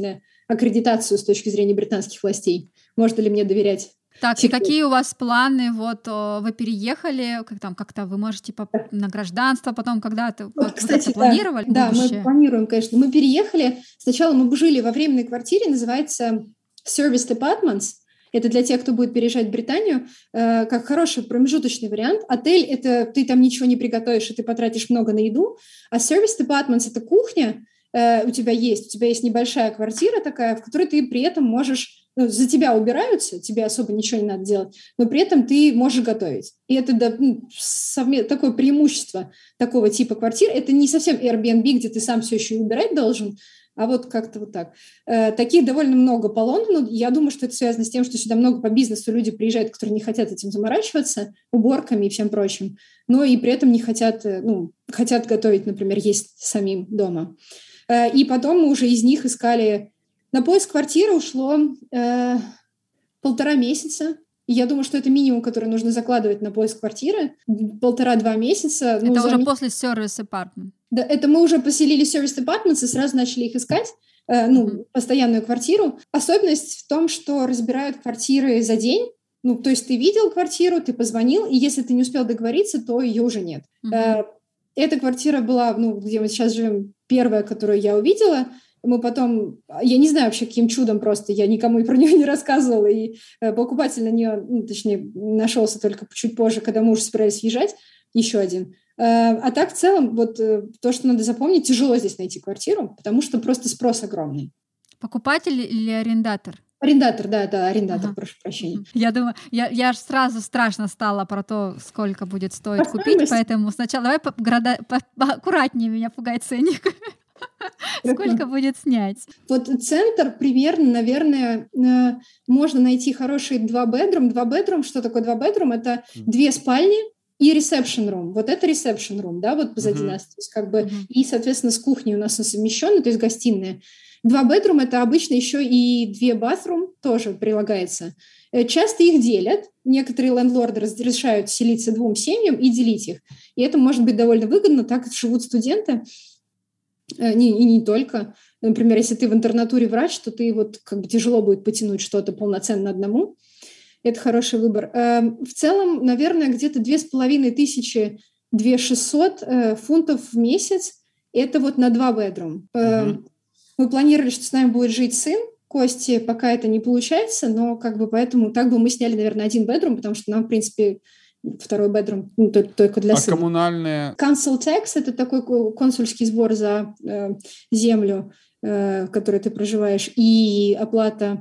аккредитацию с точки зрения британских властей. Можно ли мне доверять? Так, и какие у вас планы? Вот вы переехали, как там, как-то вы можете по, на гражданство потом когда-то, вот, как, кстати, вот планировали? Да, да, мы планируем, конечно. Мы переехали. Сначала мы жили во временной квартире, называется Service Apartments. Это для тех, кто будет переезжать в Британию, э, как хороший промежуточный вариант. Отель – это ты там ничего не приготовишь, и ты потратишь много на еду. А Service Apartments – это кухня, у тебя есть, у тебя есть небольшая квартира такая, в которой ты при этом можешь, ну, за тебя убираются, тебе особо ничего не надо делать, но при этом ты можешь готовить. И это да, ну, совмест... такое преимущество такого типа квартир. Это не совсем Airbnb, где ты сам все еще и убирать должен, а вот как-то вот так. Э, таких довольно много по Лондону. Я думаю, что это связано с тем, что сюда много по бизнесу люди приезжают, которые не хотят этим заморачиваться, уборками и всем прочим, но и при этом не хотят, ну, хотят готовить, например, есть самим дома. И потом мы уже из них искали... На поиск квартиры ушло э, полтора месяца. И я думаю, что это минимум, который нужно закладывать на поиск квартиры. Полтора-два месяца. Это ну, уже за... после Service Apartment? Да, это мы уже поселили Service Apartments и сразу начали их искать. Э, ну, mm-hmm. постоянную квартиру. Особенность в том, что разбирают квартиры за день. Ну, то есть ты видел квартиру, ты позвонил, и если ты не успел договориться, то ее уже нет. Mm-hmm. Э, эта квартира была, ну, где мы сейчас живем, первая, которую я увидела. Мы потом, я не знаю вообще, каким чудом просто, я никому про нее не рассказывала, и э, покупатель на нее, ну, точнее, нашелся только чуть позже, когда мы уже собирались въезжать, еще один. Э, а так, в целом, вот э, то, что надо запомнить, тяжело здесь найти квартиру, потому что просто спрос огромный. Покупатель или арендатор? Арендатор, да, да, арендатор, ага. Прошу прощения. Я думаю, я, я аж сразу страшно стало про то, сколько будет стоить по купить, стоимость. Поэтому сначала давай по, города, по, по, аккуратнее меня пугай ценник. Сколько будет снять? Вот центр примерно, наверное, можно найти хороший два бедрум. Два бедрум, что такое два бедрум? Это две спальни и ресепшн рум. Вот это ресепшн рум, да, вот позади uh-huh. нас. То есть как бы, uh-huh. И, соответственно, с кухней у нас он совмещенный, то есть гостиная. Два бедрум – это обычно еще и две батрум тоже прилагается. Часто их делят. Некоторые лендлорды разрешают селиться двум семьям и делить их. И это может быть довольно выгодно, так как живут студенты. Не, и не только. Например, если ты в интернатуре врач, то ты вот как бы тяжело будет потянуть что-то полноценно одному. Это хороший выбор. В целом, наверное, где-то две с половиной тысячи, две шестьсот фунтов в месяц. Это вот на два бедрум. Mm-hmm. Мы планировали, что с нами будет жить сын Кости, пока это не получается, но как бы поэтому так бы мы сняли, наверное, один бедрум, потому что нам, в принципе, второй бедрум ну, только для а сына. А коммунальные? Council tax – это такой консульский сбор за э, землю, э, в которой ты проживаешь, и оплата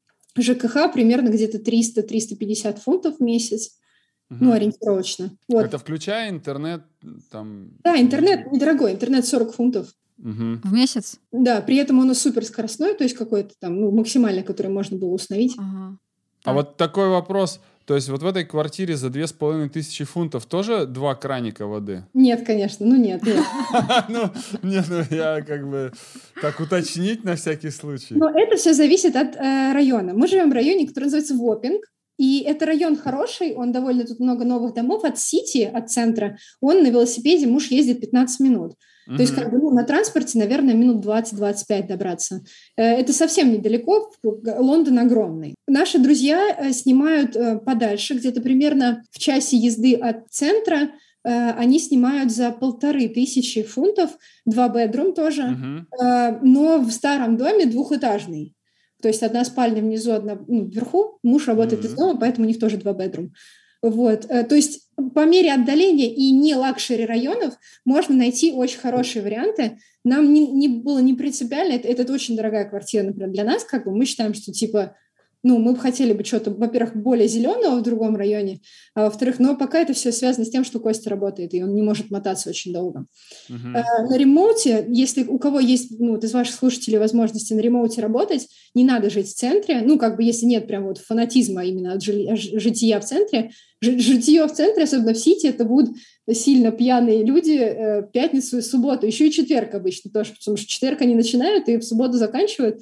ЖКХ примерно где-то триста - триста пятьдесят фунтов в месяц, угу. ну, ориентировочно. Вот. Это включая интернет? Там... Да, интернет недорогой, интернет сорок фунтов. Угу. В месяц? Да, при этом он суперскоростной, то есть какой-то там ну, максимальный, который можно было установить. Ага. А вот такой вопрос. То есть вот в этой квартире за две с половиной тысячи фунтов тоже два краника воды? Нет, конечно, ну нет, нет. Ну, нет, ну я как бы так уточнить на всякий случай. Но это все зависит от района. Мы живем в районе, который называется Воппинг, и это район хороший, он довольно, тут много новых домов. От Сити, от центра, он на велосипеде, муж ездит пятнадцать минут. То mm-hmm. есть как бы ну, на транспорте, наверное, минут двадцать - двадцать пять добраться. Это совсем недалеко, Лондон огромный. Наши друзья снимают подальше, где-то примерно в часе езды от центра, они снимают за полторы тысячи фунтов, два бедрум тоже, mm-hmm. но в старом доме двухэтажный. То есть одна спальня внизу, одна ну, вверху. Муж работает mm-hmm. из дома, поэтому у них тоже два бедрум. Вот. То есть по мере отдаления и не лакшери районов можно найти очень хорошие варианты. Нам не, не было не принципиально. Это, это очень дорогая квартира, например, для нас. Как бы мы считаем, что типа ну, мы бы хотели бы что-то, во-первых, более зеленого в другом районе, а во-вторых, но пока это все связано с тем, что Костя работает, и он не может мотаться очень долго. Uh-huh. А, на ремоуте, если у кого есть, ну, вот из ваших слушателей возможности на ремоуте работать, не надо жить в центре, ну, как бы если нет прям вот фанатизма именно от жи- жития в центре, Ж- житье в центре, особенно в Сити, это будут сильно пьяные люди э, пятницу и субботу, еще и четверг обычно тоже, потому что в четверг они начинают и в субботу заканчивают.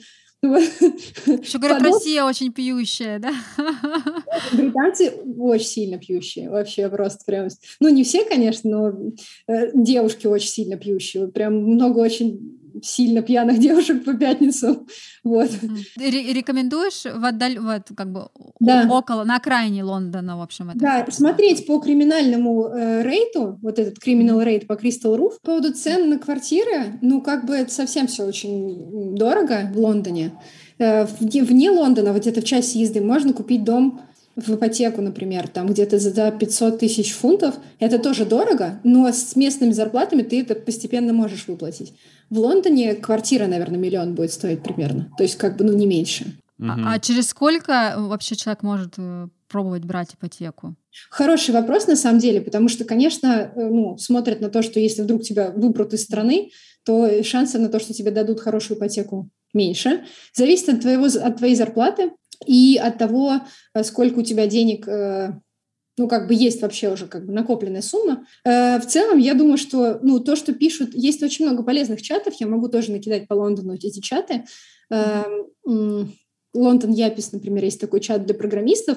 Еще говорят, Россия очень пьющая, да? Британцы очень сильно пьющие, вообще просто прям... Ну, не все, конечно, но э, девушки очень сильно пьющие. Прям много очень сильно пьяных девушек по пятницам. Вот. Ре- рекомендуешь в отдаль... вот, как бы Да. около, на окраине Лондона, в общем, это Да, всё смотреть по криминальному э, рейту, вот этот криминал рейт по Crystal Roof, по поводу цен на квартиры, ну, как бы это совсем все очень дорого в Лондоне. Э, вне, вне Лондона, вот где-то в часе езды, можно купить дом в ипотеку, например, там где-то за пятьсот тысяч фунтов. Это тоже дорого, но с местными зарплатами ты это постепенно можешь выплатить. В Лондоне квартира, наверное, миллион будет стоить примерно. То есть как бы, ну, не меньше. А, а через сколько вообще человек может э, пробовать брать ипотеку? Хороший вопрос, на самом деле, потому что, конечно, э, ну, смотрят на то, что если вдруг тебя выпрут из страны, то шансы на то, что тебе дадут хорошую ипотеку, меньше. Зависит от, твоего, от твоей зарплаты и от того, э, сколько у тебя денег, э, ну, как бы есть вообще уже как бы накопленная сумма. Э, в целом, я думаю, что, ну, то, что пишут, есть очень много полезных чатов, я могу тоже накидать по Лондону эти чаты. Э, м- Лондон Япис, например, есть такой чат для программистов,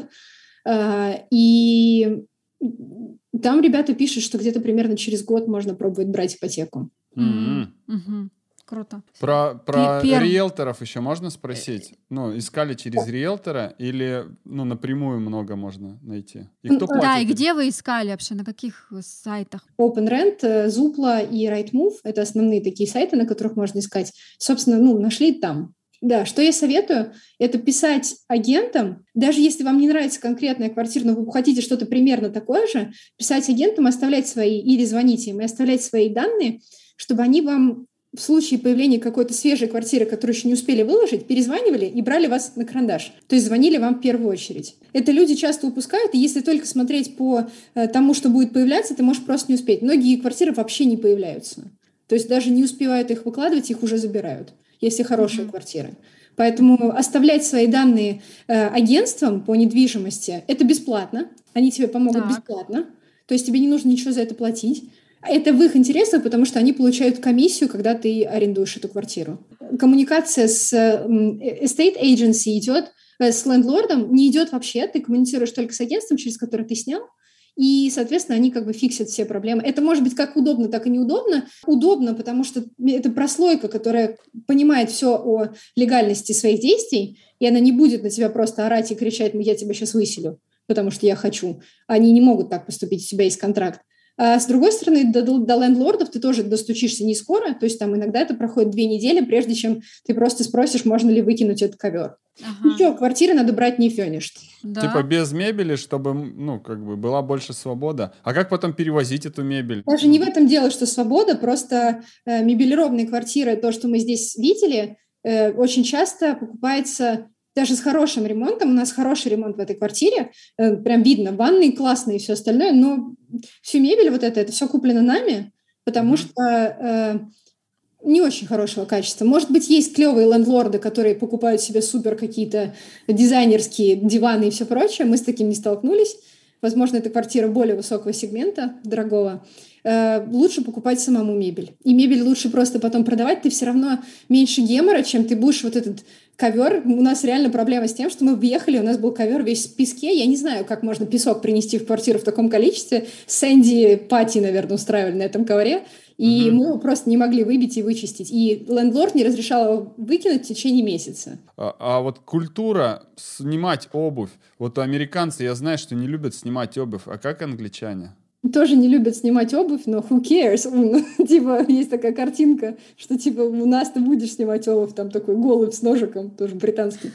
и там ребята пишут, что где-то примерно через год можно пробовать брать ипотеку. Mm-hmm. Mm-hmm. Круто. Про, про Пер... риэлторов еще можно спросить? Ну, искали через риэлтора или ну, напрямую много можно найти? И кто платит? Да, и где вы искали вообще, на каких сайтах? OpenRent, Zoopla и Rightmove — это основные такие сайты, на которых можно искать. Собственно, ну, нашли там. Да, что я советую, это писать агентам, даже если вам не нравится конкретная квартира, но вы хотите что-то примерно такое же, писать агентам, оставлять свои, или звонить им и оставлять свои данные, чтобы они вам в случае появления какой-то свежей квартиры, которую еще не успели выложить, перезванивали и брали вас на карандаш. То есть звонили вам в первую очередь. Это люди часто упускают, и если только смотреть по э, тому, что будет появляться, ты можешь просто не успеть. Многие квартиры вообще не появляются. То есть даже не успевают их выкладывать, их уже забирают, если хорошие mm-hmm. квартиры. Поэтому оставлять свои данные э, агентствам по недвижимости – это бесплатно. Они тебе помогут так. бесплатно. То есть тебе не нужно ничего за это платить. Это в их интересах, потому что они получают комиссию, когда ты арендуешь эту квартиру. Коммуникация с э, estate agency идет, э, с лендлордом не идет вообще. Ты коммуницируешь только с агентством, через которое ты снял. И, соответственно, они как бы фиксят все проблемы. Это может быть как удобно, так и неудобно. Удобно, потому что это прослойка, которая понимает все о легальности своих действий, и она не будет на тебя просто орать и кричать: «Я тебя сейчас выселю, потому что я хочу». Они не могут так поступить, у тебя есть контракт. А с другой стороны, до, до лендлордов ты тоже достучишься не скоро, то есть там иногда это проходит две недели, прежде чем ты просто спросишь, можно ли выкинуть этот ковер. Ага. Ничего, квартиры надо брать не фёнишь. Да. Типа без мебели, чтобы, ну, как бы была больше свобода. А как потом перевозить эту мебель? Даже не в этом дело, что свобода, просто э, мебелированные квартиры, то, что мы здесь видели, э, очень часто покупается даже с хорошим ремонтом. У нас хороший ремонт в этой квартире, э, прям видно, ванные классные и все остальное, но всю мебель вот это, это все куплено нами, потому mm-hmm. что э, не очень хорошего качества. Может быть, есть клевые лендлорды, которые покупают себе супер какие-то дизайнерские диваны и все прочее. Мы с таким не столкнулись. Возможно, это квартира более высокого сегмента, дорогого. Э, лучше покупать самому мебель. И мебель лучше просто потом продавать. Ты все равно меньше гемора, чем ты будешь вот этот ковер. У нас реально проблема с тем, что мы въехали, у нас был ковер весь в песке. Я не знаю, как можно песок принести в квартиру в таком количестве. Сэнди пати, наверное, устраивали на этом ковре. И mm-hmm. мы его просто не могли выбить и вычистить. И лендлорд не разрешал его выкинуть в течение месяца. А, а вот культура снимать обувь. Вот американцы, я знаю, что не любят снимать обувь. А как англичане? Тоже не любят снимать обувь, но who cares? Ну, типа, есть такая картинка, что типа у нас ты будешь снимать обувь, там такой голубь с ножиком, тоже британский.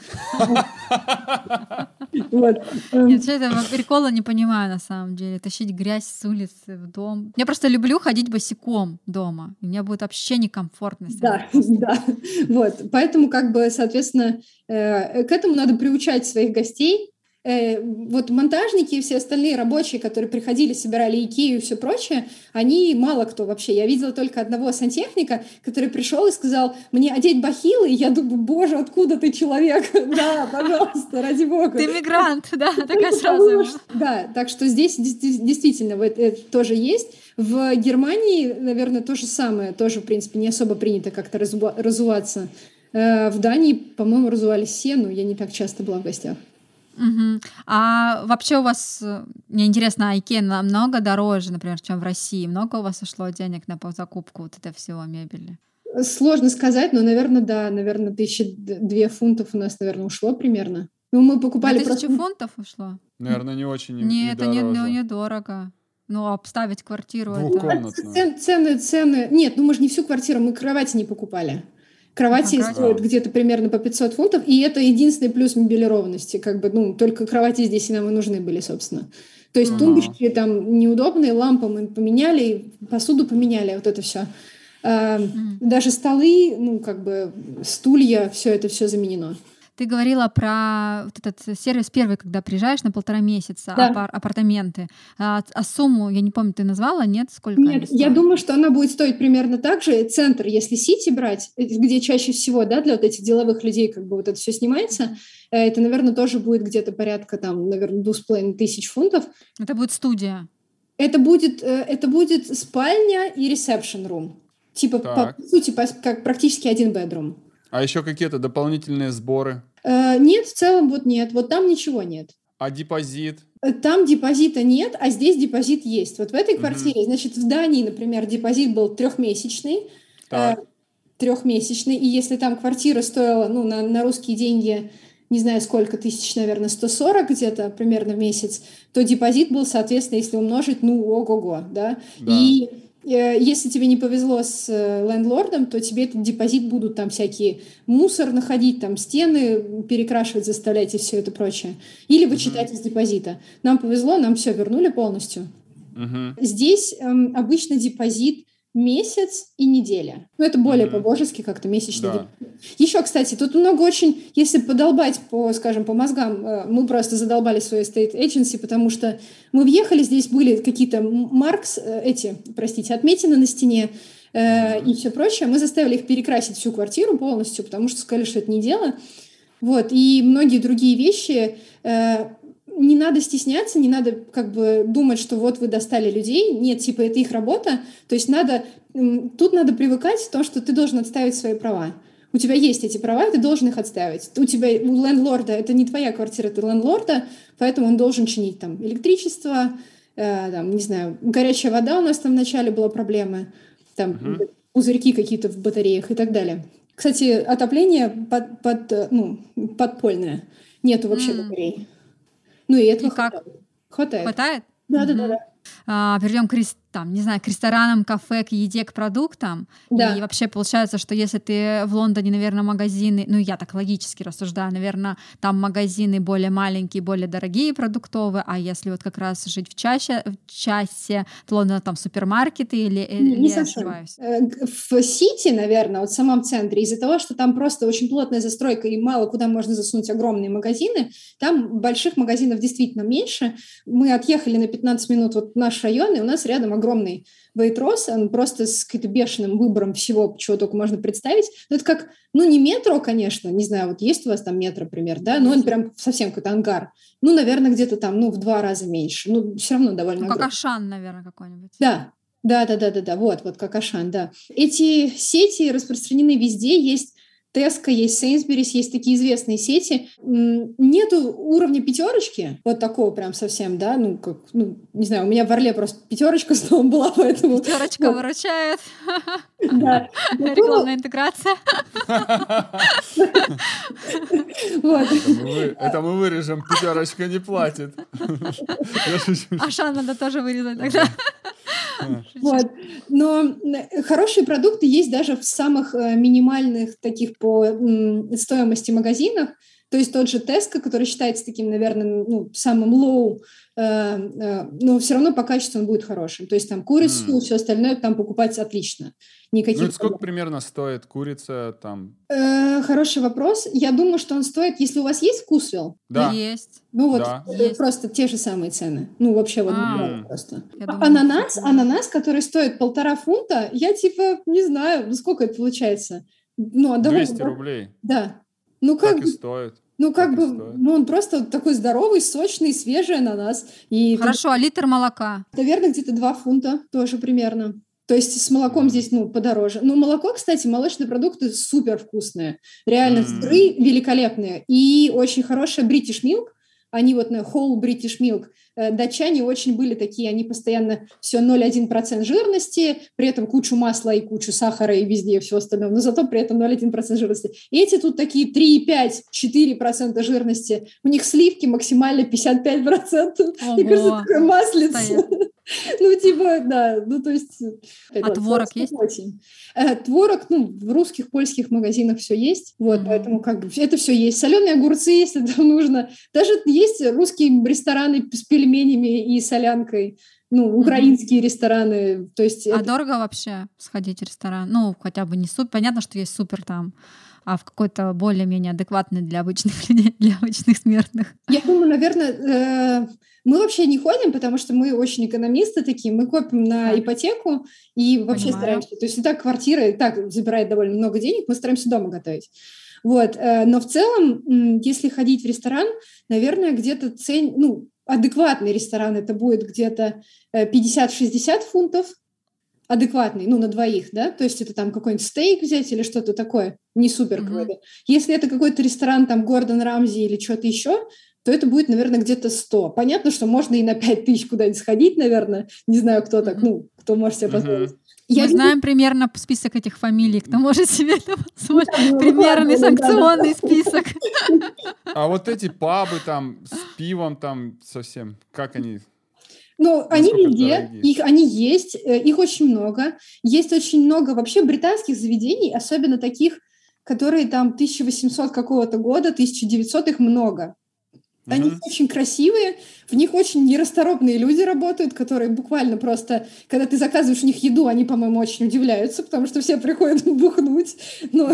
Вот. Нет, я этого прикола не понимаю на самом деле. Тащить грязь с улицы в дом. Я просто люблю ходить босиком дома. И мне будет вообще некомфортно. Да, да. Вот. Поэтому, как бы, соответственно, к этому надо приучать своих гостей. Вот монтажники и все остальные рабочие, которые приходили, собирали Икею и все прочее, они мало кто вообще. Я видела только одного сантехника, который пришел и сказал: мне одеть бахилы, и я думаю: боже, откуда ты человек? Да, пожалуйста, ради бога. Ты мигрант, да, такая сразу. Да, так что здесь действительно это тоже есть. В Германии, наверное, то же самое, тоже, в принципе, не особо принято как-то разуваться. В Дании, по-моему, разувались все, но я не так часто была в гостях. Угу. А вообще у вас, мне интересно, Икеа намного дороже, например, чем в России? Много у вас ушло денег на закупку вот этой всего мебели? Сложно сказать, но, наверное, да, наверное, тысячи две фунтов у нас, наверное, ушло примерно. Ну, мы покупали тысячу просто... фунтов ушло? Наверное, не очень не, Не, это не, недорого. не, недорого. Ну, обставить квартиру это... Двухкомнатную. Цен, цены, цены... Нет, ну мы же не всю квартиру, мы кровати не покупали. Кровати Ага, стоят а. где-то примерно по пятьсот фунтов, и это единственный плюс мебелированности. Как бы, ну, только кровати здесь и нам и нужны были, собственно. То есть Ага. тумбочки там неудобные, лампы мы поменяли, посуду поменяли, вот это все. А, Мгм. даже столы, ну, как бы стулья, все это все заменено. Ты говорила про вот этот сервис первый, когда приезжаешь на полтора месяца, Да. апар- апартаменты. А, а сумму, я не помню, ты назвала, нет? Сколько они Нет, я стоят? думаю, что она будет стоить примерно так же. Центр, если Сити брать, э, где чаще всего, да, для вот этих деловых людей как бы вот это все снимается, э, это, наверное, тоже будет где-то порядка там, наверное, двух с половиной тысяч фунтов. Это будет студия. Это будет, э, это будет спальня и ресепшн-рум. Типа, по, Так. по сути, пос- как практически один бедрум. А еще какие-то дополнительные сборы? Э, нет, в целом вот нет. Вот там ничего нет. А депозит? Э, Там депозита нет, а здесь депозит есть. Вот в этой Мгм. квартире, значит, в Дании, например, депозит был трехмесячный. Так. трехмесячный, и если там квартира стоила, ну, на, на русские деньги, не знаю сколько тысяч, наверное, сто сорок где-то примерно в месяц, то депозит был, соответственно, если умножить, ну, ого-го, да. Да. И э, если тебе не повезло с э, лендлордом, то тебе этот депозит будут там всякие мусор находить, там стены перекрашивать, заставлять и все это прочее. Или вычитать из депозита. Нам повезло, нам все вернули полностью. Мгм. Здесь эм, обычно депозит месяц и неделя. Ну, это более Мгм. по-божески как-то месячный Да. депозит. Еще, кстати, тут много очень, если подолбать по, скажем, по мозгам, э, мы просто задолбали свою state agency, потому что мы въехали, здесь были какие-то маркс, э, эти, простите, отметины на стене, э, и все прочее. Мы заставили их перекрасить всю квартиру полностью, потому что сказали, что это не дело. Вот, и многие другие вещи. э, Не надо стесняться, не надо как бы думать, что вот вы достали людей. Нет, типа это их работа. То есть надо, м, тут надо привыкать к тому, что ты должен отстаивать свои права. У тебя есть эти права, и ты должен их отстаивать. У тебя, у лендлорда, это не твоя квартира, это лендлорда, поэтому он должен чинить там электричество, э, там, не знаю, горячая вода у нас там вначале была проблема, там Мгм. пузырьки какие-то в батареях и так далее. Кстати, отопление под, под, э, ну, подпольное. Нету вообще М. батарей. Ну и этого И как? хватает. Хватает. Хватает? Да, да, да, Мгм. да. А, перейдем к, рес- там, не знаю, к ресторанам, кафе, к еде, к продуктам. Да. И вообще получается, что если ты в Лондоне, наверное, магазины, ну я так логически рассуждаю, наверное, там магазины более маленькие, более дорогие продуктовые, а если вот как раз жить в чаще, в часе, то Лондон там супермаркеты или, Не, или не я совсем. ошибаюсь? Э, г- В Сити, наверное, вот в самом центре, из-за того, что там просто очень плотная застройка и мало куда можно засунуть огромные магазины, там больших магазинов действительно меньше. Мы отъехали на пятнадцать минут вот в наш район, и у нас рядом огромный Waitrose, он просто с каким-то бешеным выбором всего, чего только можно представить. Ну, это как, ну, не метро, конечно, не знаю, вот есть у вас там метро, например, да, но он прям совсем какой-то ангар. Ну, наверное, где-то там, ну, в два раза меньше. Ну, все равно довольно Ну, как огромный. Ашан, наверное, какой-нибудь. Да, да, да, да, да, да, вот, вот как Ашан, да. Эти сети распространены везде, есть Tesco, есть Sainsbury's, есть такие известные сети. М, Нету уровня пятерочки, вот такого прям совсем, да, ну, как, ну, не знаю, у меня в Орле просто пятерочка снова была, поэтому... Пятерочка вот, выручает. да. Такого- Рекламная интеграция. вот. Это мы, вы- это мы вырежем, пятерочка не платит. Я шучу. Ашан надо тоже вырезать тогда. Вот. Но м, хорошие продукты есть даже в самых э, минимальных таких по м, стоимости магазинах. То есть тот же Tesco, который считается таким, наверное, ну, самым low, э, э, но все равно по качеству он будет хорошим. То есть там курицу, М. все остальное там покупать отлично. Ну, Никаких это сколько проблем. примерно стоит курица там? Э, хороший вопрос. Я думаю, что он стоит, если у вас есть вкусвилл, Да, Есть. ну вот Да. э, Есть. просто те же самые цены. Ну вообще вот А. буквально просто. Я А- думала, ананас, что- ананас, который стоит полтора фунта, я типа не знаю, ну сколько это получается. Ну, а довольно- двести рублей. Да. Ну как Так и бы, стоит. ну как так и бы, стоит. ну он просто вот такой здоровый, сочный, свежий ананас. И это, Хорошо, а литр молока? наверное, где-то два фунта тоже примерно. То есть с молоком Мгм. здесь, ну, подороже. Но молоко, кстати, молочные продукты супер вкусные. Реально, М. сыры великолепные. И очень хорошая British Milk. Они вот на Whole British Milk. э, датчане очень были такие, они постоянно все ноль целых один процент жирности, при этом кучу масла и кучу сахара и везде и все остальное, но зато при этом ноль целых один процент жирности. И эти тут такие три, пять, четыре процента жирности. У них сливки максимально пятьдесят пять процентов. Ого, мне кажется, такое маслице. стоят. Ну, типа, да, ну, то есть... А творог есть? Очень. Э, творог, ну, в русских, польских магазинах все есть, вот, mm-hmm. поэтому как бы это все есть. Соленые огурцы, если там нужно. Даже есть русские рестораны с пельменями и солянкой, ну, украинские mm-hmm. рестораны, то есть... А это... дорого вообще сходить в ресторан? Ну, хотя бы не супер, понятно, что есть супер там, а в какой-то более-менее адекватный для обычных людей, для обычных смертных. Я думаю, наверное, э, мы вообще не ходим, потому что мы очень экономисты такие, мы копим на так. ипотеку и вообще Понимаю. стараемся. То есть и так квартира и так забирает довольно много денег, мы стараемся дома готовить. Вот. Э, но в целом, если ходить в ресторан, наверное, где-то цен, ну, адекватный ресторан, это будет где-то пятьдесят-шестьдесят фунтов, адекватный, ну, на двоих, да, то есть это там какой-нибудь стейк взять или что-то такое, не супер какой-то. Mm-hmm. Если это какой-то ресторан, там, Гордон Рамзи или что-то еще, то это будет, наверное, где-то сто. Понятно, что можно и на пять тысяч куда-нибудь сходить, наверное, не знаю, кто mm-hmm. так, ну, кто может себе позволить. Mm-hmm. Я Мы знаем примерно список этих фамилий, кто может себе это позволить. Ну, примерный ну, санкционный да, да. список. А вот эти пабы там с пивом там совсем, как они... Ну, они везде, их, они есть, их очень много. Есть очень много вообще британских заведений, особенно таких, которые там тысяча восемьсот какого-то года, тысяча девятьсот, их много. Они mm-hmm. очень красивые, в них очень нерасторопные люди работают, которые буквально просто, когда ты заказываешь у них еду, они, по-моему, очень удивляются, потому что все приходят бухнуть. Но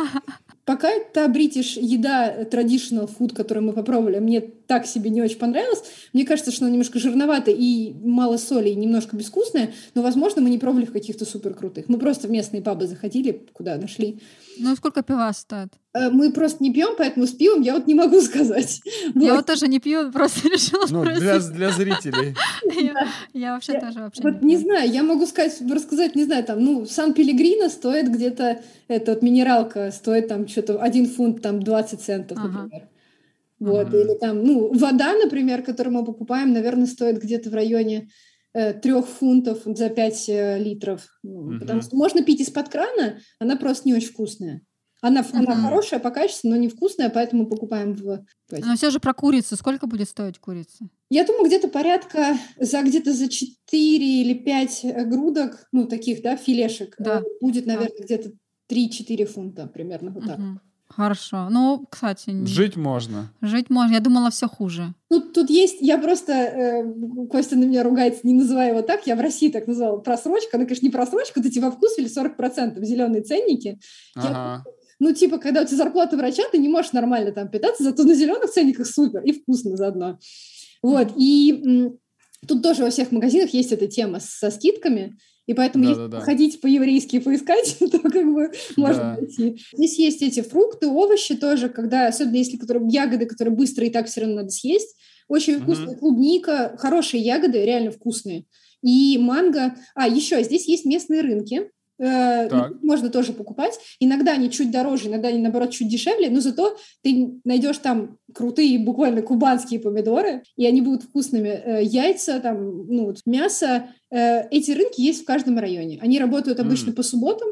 пока та бритиш еда, traditional food, которую мы попробовали, мне так себе не очень понравилась. Мне кажется, что она немножко жирноватая и мало соли, и немножко безвкусная, но, возможно, мы не пробовали в каких-то супер крутых. Мы просто в местные пабы заходили, куда нашли. Ну, сколько пива стоит? Мы просто не пьем, поэтому с пивом я вот не могу сказать. Я вот, вот тоже не пью, просто решила ну, спросить. Для, для зрителей. я, я вообще я, тоже вообще вот не не знаю, я могу сказать, рассказать, не знаю, там, ну, Сан-Пелегрино стоит где-то, это вот минералка стоит там что-то один фунт, там двадцать центов, ага. например. Вот, ага. Или там, ну, вода, например, которую мы покупаем, наверное, стоит где-то в районе э, трех фунтов за пять э, литров. Ага. Потому что можно пить из-под крана, она просто не очень вкусная. Она, mm-hmm. она хорошая по качеству, но невкусная, поэтому покупаем в... Но все же про курицу. Сколько будет стоить курица? Я думаю, где-то порядка за где-то за четыре или пять грудок, ну, таких, да, филешек, да. будет, наверное, да. где-то три-четыре фунта, примерно вот так. Mm-hmm. Хорошо. Ну, кстати... Жить можно. Жить можно. Я думала, все хуже. Тут, тут есть... Я просто... Э, Костя на меня ругается, не называя его так. Я в России так называла просрочка. Она, конечно, не просрочка, это типа вкусвили сорок процентов зеленые ценники. Ага. Я... Ну, типа, когда у тебя зарплата врача, ты не можешь нормально там питаться, зато на зеленых ценниках супер и вкусно заодно. Вот, и м, тут тоже во всех магазинах есть эта тема со скидками, и поэтому да, если да, да. ходить по-еврейски поискать, то как бы можно да. найти. Здесь есть эти фрукты, овощи тоже, когда, особенно если которые, ягоды, которые быстро и так все равно надо съесть, очень вкусная угу. клубника, хорошие ягоды, реально вкусные. И манго. А, еще здесь есть местные рынки, Так. можно тоже покупать. Иногда они чуть дороже, иногда они, наоборот, чуть дешевле, но зато ты найдешь там крутые, буквально кубанские помидоры, и они будут вкусными. Яйца, там, ну, мясо. Эти рынки есть в каждом районе. Они работают обычно mm. по субботам.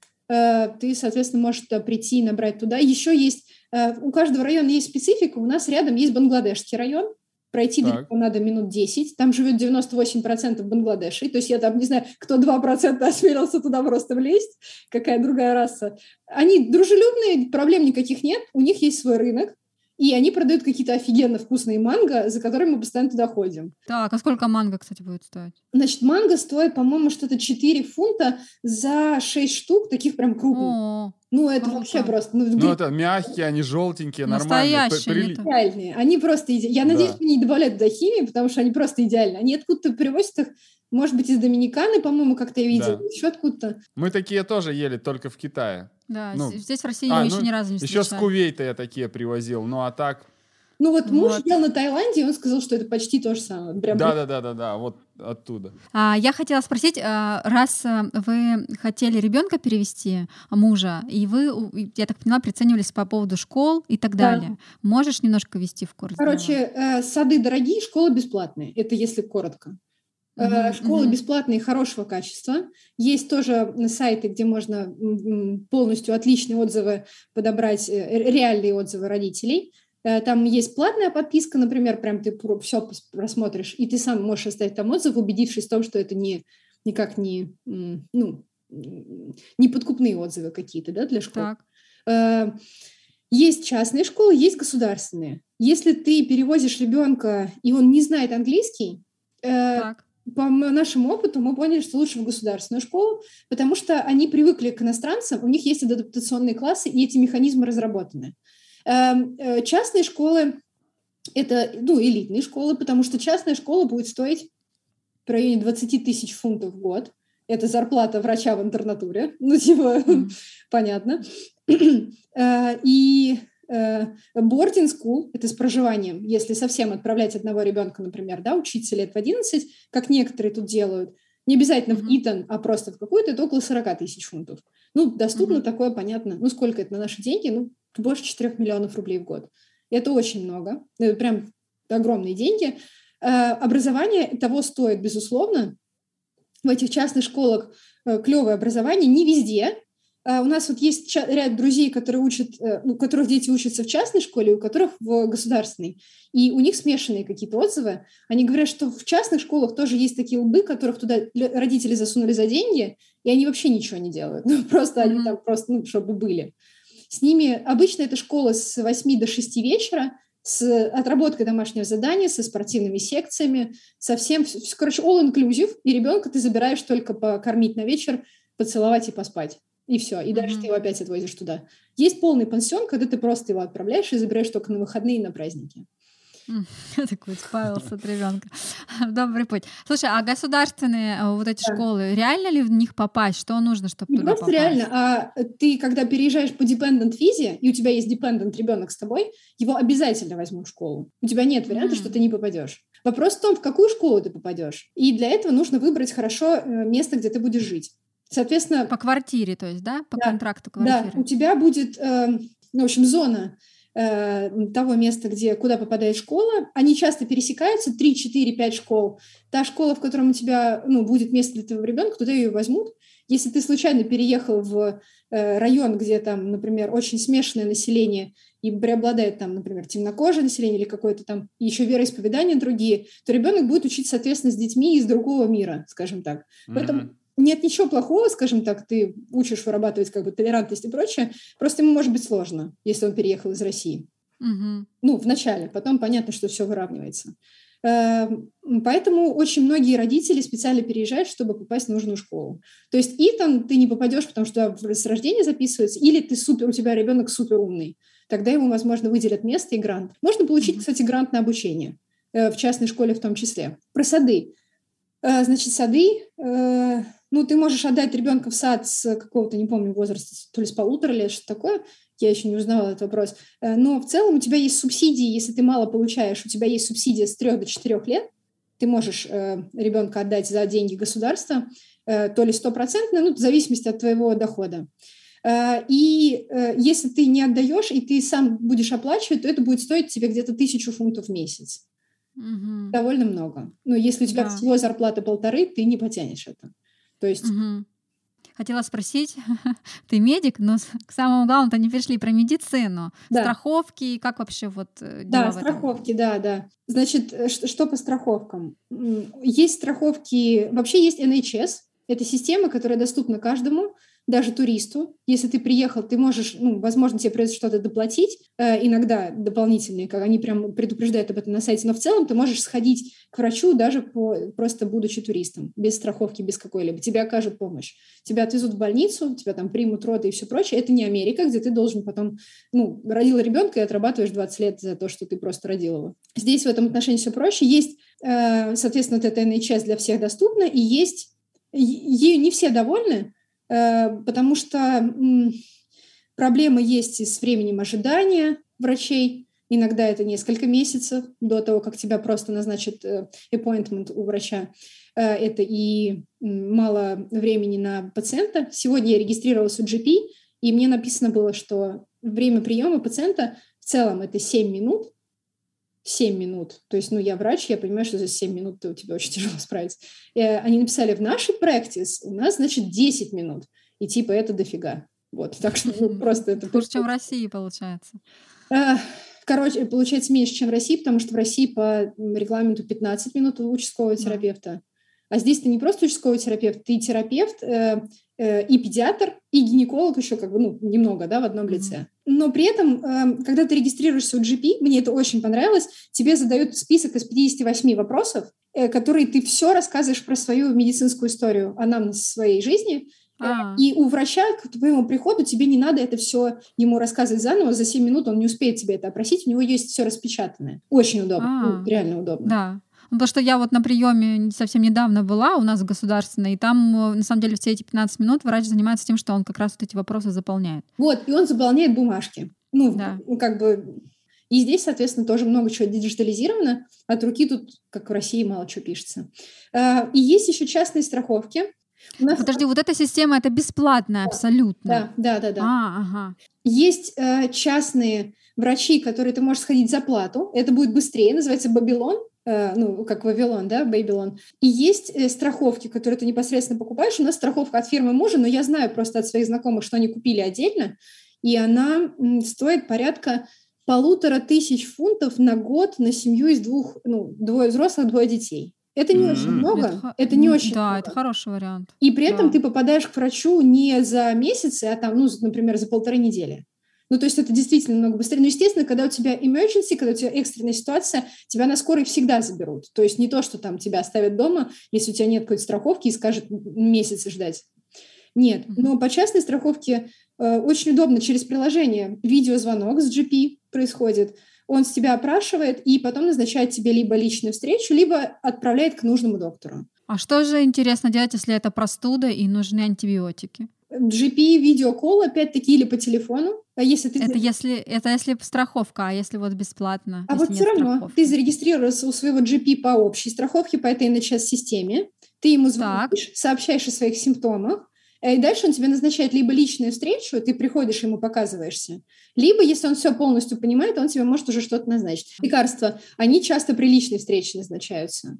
Ты, соответственно, можешь туда прийти и набрать туда. Еще есть... У каждого района есть специфика. У нас рядом есть Бангладешский район. Пройти так. далеко надо минут десять. Там живет девяносто восемь процентов Бангладешей. То есть я там не знаю, кто два процента осмелился туда просто влезть, какая другая раса. Они дружелюбные, проблем никаких нет. У них есть свой рынок. И они продают какие-то офигенно вкусные манго, за которыми мы постоянно туда ходим. Так, а сколько манго, кстати, будет стоить? Значит, манго стоит, по-моему, что-то четыре фунта за шесть штук, таких прям крупных. О, ну, это круто. Вообще просто... Ну, ну это мягкие, они желтенькие, нормальные. Настоящие. Идеальные. Они просто идеальные. Я надеюсь, да. что они не добавляют туда химии, потому что они просто идеальные. Они откуда-то привозят их, может быть, из Доминиканы, по-моему, как-то я видела. Да. Еще откуда-то. Мы такие тоже ели, только в Китае. Да, ну, здесь в России а, еще ну, ни разу не встречали. Еще с Кувейта я такие привозил, ну а так Ну вот муж Вот. ел на Таиланде, и он сказал, что это почти то же самое. Прям Да-да-да-да, вот оттуда. А, я хотела спросить, а, раз а, вы хотели ребенка перевести, а, мужа, и вы, у- и, я так поняла, приценивались по поводу школ и так Да. далее. Можешь немножко ввести в курс дела? Короче, э, сады дорогие, школы бесплатные. Это если коротко. Э, Мгм, Школы мгм. бесплатные, хорошего качества. Есть тоже сайты, где можно м, м, полностью отличные отзывы подобрать, э, ре- реальные отзывы родителей. Э, Там есть платная подписка, например, прям ты все просмотришь, и ты сам можешь оставить там отзыв, убедившись в том, что это не, никак не, м, ну, м, не подкупные отзывы какие-то, да, для школ. Так, Э, Есть частные школы, есть государственные. Если ты перевозишь ребенка, и он не знает английский, э, так. по м- нашему опыту мы поняли, что лучше в государственную школу, потому что они привыкли к иностранцам, у них есть адаптационные классы, и эти механизмы разработаны. Эм, э, Частные школы– это, ну, элитные школы, потому что частная школа будет стоить в районе двадцать тысяч фунтов в год. Это зарплата врача в интернатуре. Ну, типа, Мгм. понятно. Э, И э, boarding school– это с проживанием. Если совсем отправлять одного ребенка, например, да, учиться лет в одиннадцать, как некоторые тут делают, не обязательно в Мгм. Итон, а просто в какую-то, это около сорок тысяч фунтов. Ну, доступно Мгм. такое, понятно. Ну, сколько это на наши деньги? Ну, больше четырёх миллионов рублей в год. Это очень много. Это прям огромные деньги. Э, Образование того стоит, безусловно. В этих частных школах э, клевое образование, не везде. Э, У нас вот есть ча- ряд друзей, которые учат, э, у которых дети учатся в частной школе, у которых в государственной. И у них смешанные какие-то отзывы. Они говорят, что в частных школах тоже есть такие лбы, которых туда ле- родители засунули за деньги, и они вообще ничего не делают. Ну, просто они там Мгм. просто, ну, чтобы были. С ними обычно это школа с восьми до шести вечера, с отработкой домашнего задания, со спортивными секциями, совсем, вс- короче, all-inclusive, и ребенка ты забираешь только покормить на вечер, поцеловать и поспать. И все. И дальше ты Мгм. его опять отвозишь туда. Есть полный пансион, когда ты просто его отправляешь и забираешь только на выходные и на праздники. М, Такой избавился от ребенка. Добрый путь. Слушай, а государственные э, вот эти Да. школы, реально ли в них попасть? Что нужно, чтобы Не туда просто реально, попасть? а ты, когда переезжаешь по dependent визе, и у тебя есть dependent ребенок с тобой, его обязательно возьмут в школу. У тебя нет варианта, что М, ты не попадешь. Вопрос в том, в какую школу ты попадешь. И для этого нужно выбрать хорошо э, место, где ты будешь жить. Соответственно, По квартире, то есть, да? По да, контракту да, у квартиры. тебя будет, э, ну, в общем, зона э, того места, где, куда попадает школа. Они часто пересекаются, три, четыре, пять школ. Та школа, в котором у тебя, ну, будет место для твоего ребенка, туда ее возьмут. Если ты случайно переехал в э, район, где там, например, очень смешанное население и преобладает там, например, темнокожее население или какое-то там еще вероисповедание другие, то ребенок будет учиться, соответственно, с детьми из другого мира, скажем так. Поэтому Мгм. нет ничего плохого, скажем так, ты учишь вырабатывать как бы толерантность и прочее, просто ему может быть сложно, если он переехал из России. Мгм. Ну, в начале, потом понятно, что все выравнивается. Эм, Поэтому очень многие родители специально переезжают, чтобы попасть в нужную школу. То есть Итан ты не попадешь, потому что с рождения записывается, или ты супер, у тебя ребенок супер умный. Тогда ему, возможно, выделят место и грант. Можно получить, Мгм. кстати, грант на обучение, э, в частной школе в том числе. Про сады. Э, Значит, сады, э, ну, ты можешь отдать ребенка в сад с какого-то, не помню, возраста, то ли с полутора лет, что такое, я еще не узнавала этот вопрос, Э, но в целом у тебя есть субсидии, если ты мало получаешь, у тебя есть субсидия с трех до четырех лет, ты можешь э, ребенка отдать за деньги государства, э, то ли стопроцентно, ну, в зависимости от твоего дохода. Э, И э, если ты не отдаешь, и ты сам будешь оплачивать, то это будет стоить тебе где-то тысячу фунтов в месяц. Мгм. Довольно много. Но если у тебя Да. всего зарплата полторы, ты не потянешь это. То есть, Мгм. Хотела спросить, ты медик, но с- к самому главному-то не пришли про медицину, да, страховки, как вообще вот э, да, дела в этом? страховки, да, да. Значит, э, ш- что по страховкам? М, Есть страховки, вообще есть эн эйч эс, это система, которая доступна каждому, даже туристу. Если ты приехал, ты можешь, ну, возможно, тебе придется что-то доплатить, э, иногда дополнительные, как они прям предупреждают об этом на сайте, но в целом ты можешь сходить к врачу даже по, просто будучи туристом, без страховки, без какой-либо. Тебе окажут помощь. Тебя отвезут в больницу, тебя там примут роды и все прочее. Это не Америка, где ты должен потом, ну, родил ребенка и отрабатываешь двадцать лет за то, что ты просто родил его. Здесь в этом отношении все проще. Есть, э, соответственно, вот эта эн эйч эс для всех доступна, и есть, ею не все довольны, э, потому что м, проблемы есть и с временем ожидания врачей. иногда это несколько месяцев до того, как тебя просто назначат appointment у врача. Это и мало времени на пациента. Сегодня я регистрировалась у джи пи, и мне написано было, что время приема пациента в целом это семь минут. семь минут. То есть, ну, я врач, я понимаю, что за семь минут у тебя очень тяжело справиться. И они написали, в нашей practice у нас, значит, десять минут. И типа это дофига. Вот. Так что ну, просто это... Хуже, чем в России, получается. Короче, получается меньше, чем в России, потому что в России по регламенту пятнадцать минут у участкового терапевта. А здесь ты не просто участковый терапевт, ты терапевт, э, э, и педиатр, и гинеколог еще как бы, ну, немного, да, в одном mm-hmm. лице. Но при этом, э, когда ты регистрируешься у джи пи, мне это очень понравилось, тебе задают список из пятьдесят восемь вопросов, э, которые ты все рассказываешь про свою медицинскую историю, анамнез своей жизни, А. И у врача к твоему приходу тебе не надо это все ему рассказывать заново, за семь минут он не успеет тебе это опросить, у него есть все распечатанное. Очень удобно, ну, реально удобно. Да. Потому что я вот на приеме совсем недавно была у нас в государственной, и там, на самом деле, все эти пятнадцать минут врач занимается тем, что он как раз вот эти вопросы заполняет. Вот, и он заполняет бумажки. Ну, да. как бы... И здесь, соответственно, тоже много чего диджитализировано. От руки тут, как в России, мало чего пишется. И есть еще частные страховки. Нас... Подожди, вот эта система, это бесплатная да, Да, абсолютно? да, да. да. А, ага. Есть э, частные врачи, которые ты можешь сходить за плату. Это будет быстрее, называется Babylon, э, ну, как Вавилон, да, Babylon. И есть э, страховки, которые ты непосредственно покупаешь. У нас страховка от фирмы мужа, но я знаю просто от своих знакомых, что они купили отдельно, и она м, стоит порядка полутора тысяч фунтов на год на семью из двух, ну, двое взрослых, двое детей. Это не mm-hmm. очень много, это, это не очень Да, много. Это хороший вариант. И при этом да. ты попадаешь к врачу не за месяцы, а там, ну, например, за полторы недели. Ну, то есть это действительно много быстрее. Но, естественно, когда у тебя emergency, когда у тебя экстренная ситуация, тебя на скорой всегда заберут. То есть не то, что там тебя оставят дома, если у тебя нет какой-то страховки и скажут месяцы ждать. Нет. Mm-hmm. Но по частной страховке э, очень удобно через приложение. Видеозвонок с джи пи происходит. Он с тебя опрашивает и потом назначает тебе либо личную встречу, либо отправляет к нужному доктору. А что же интересно делать, если это простуда и нужны антибиотики? джи пи, видеоколл, опять-таки, или по телефону. А если ты... Это если, это если страховка, а если вот бесплатно? А вот все равно страховки? Ты зарегистрировался у своего джи пи по общей страховке, по этой эн эйч эс-системе, ты ему звонишь, так. сообщаешь о своих симптомах, и дальше он тебе назначает либо личную встречу, ты приходишь, ему показываешься, либо, если он все полностью понимает, он тебе может уже что-то назначить. Лекарства, они часто при личной встрече назначаются.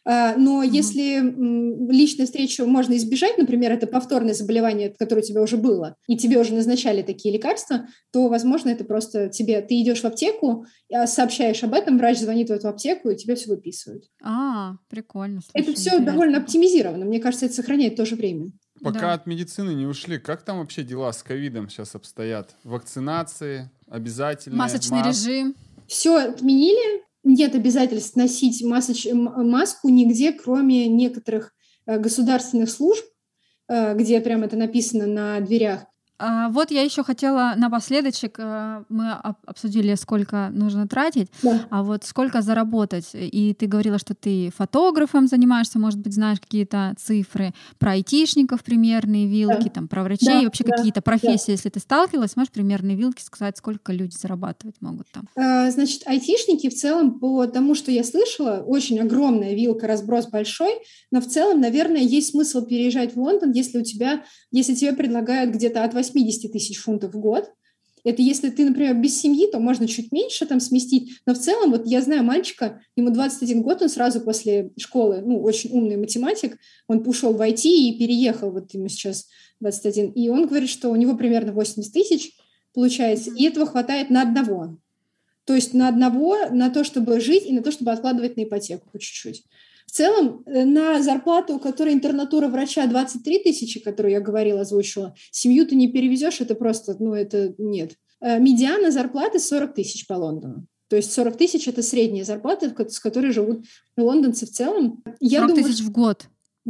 Но mm-hmm. если личную встречу можно избежать, например, это повторное заболевание, которое у тебя уже было, и тебе уже назначали такие лекарства, то, возможно, это просто тебе... Ты идешь в аптеку, сообщаешь об этом, врач звонит в эту аптеку, и тебе все выписывают. А, прикольно. Слушай, это все интересно. довольно оптимизировано. Мне кажется, это сохраняет тоже время. Пока да. от медицины не ушли, как там вообще дела с ковидом сейчас обстоят? Вакцинации обязательно? Масочный маск? режим? Все отменили. Нет обязательств носить масоч... маску нигде, кроме некоторых э, государственных служб, э, где прямо это написано на дверях. А, вот я еще хотела напоследочек, э, мы обсудили, сколько нужно тратить, да. а вот сколько заработать. И ты говорила, что ты фотографом занимаешься, может быть, знаешь какие-то цифры про айтишников, примерные вилки, да. там, про врачей, да, вообще да, какие-то профессии, да. если ты сталкивалась, можешь примерные вилки сказать, сколько люди зарабатывать могут там? А, значит, айтишники в целом, по тому, что я слышала, очень огромная вилка, разброс большой, но в целом, наверное, есть смысл переезжать в Лондон, если у тебя, если тебе предлагают где-то от восьмидесяти тысяч фунтов в год. Это если ты, например, без семьи, то можно чуть меньше там сместить. Но в целом, вот я знаю мальчика, ему двадцать один год, он сразу после школы, ну, очень умный математик, он ушел в ай ти и переехал, вот ему сейчас двадцать один, и он говорит, что у него примерно восемьдесят тысяч получается, и этого хватает на одного. То есть на одного, на то, чтобы жить, и на то, чтобы откладывать на ипотеку по чуть-чуть. В целом, на зарплату, у которой интернатура врача двадцать три тысячи, которую я говорила, озвучила, семью ты не перевезешь, это просто, ну, это нет. Медиана зарплаты сорок тысяч по Лондону. То есть сорок тысяч – это средняя зарплата, с которой живут лондонцы в целом. сорок тысяч в год? В год.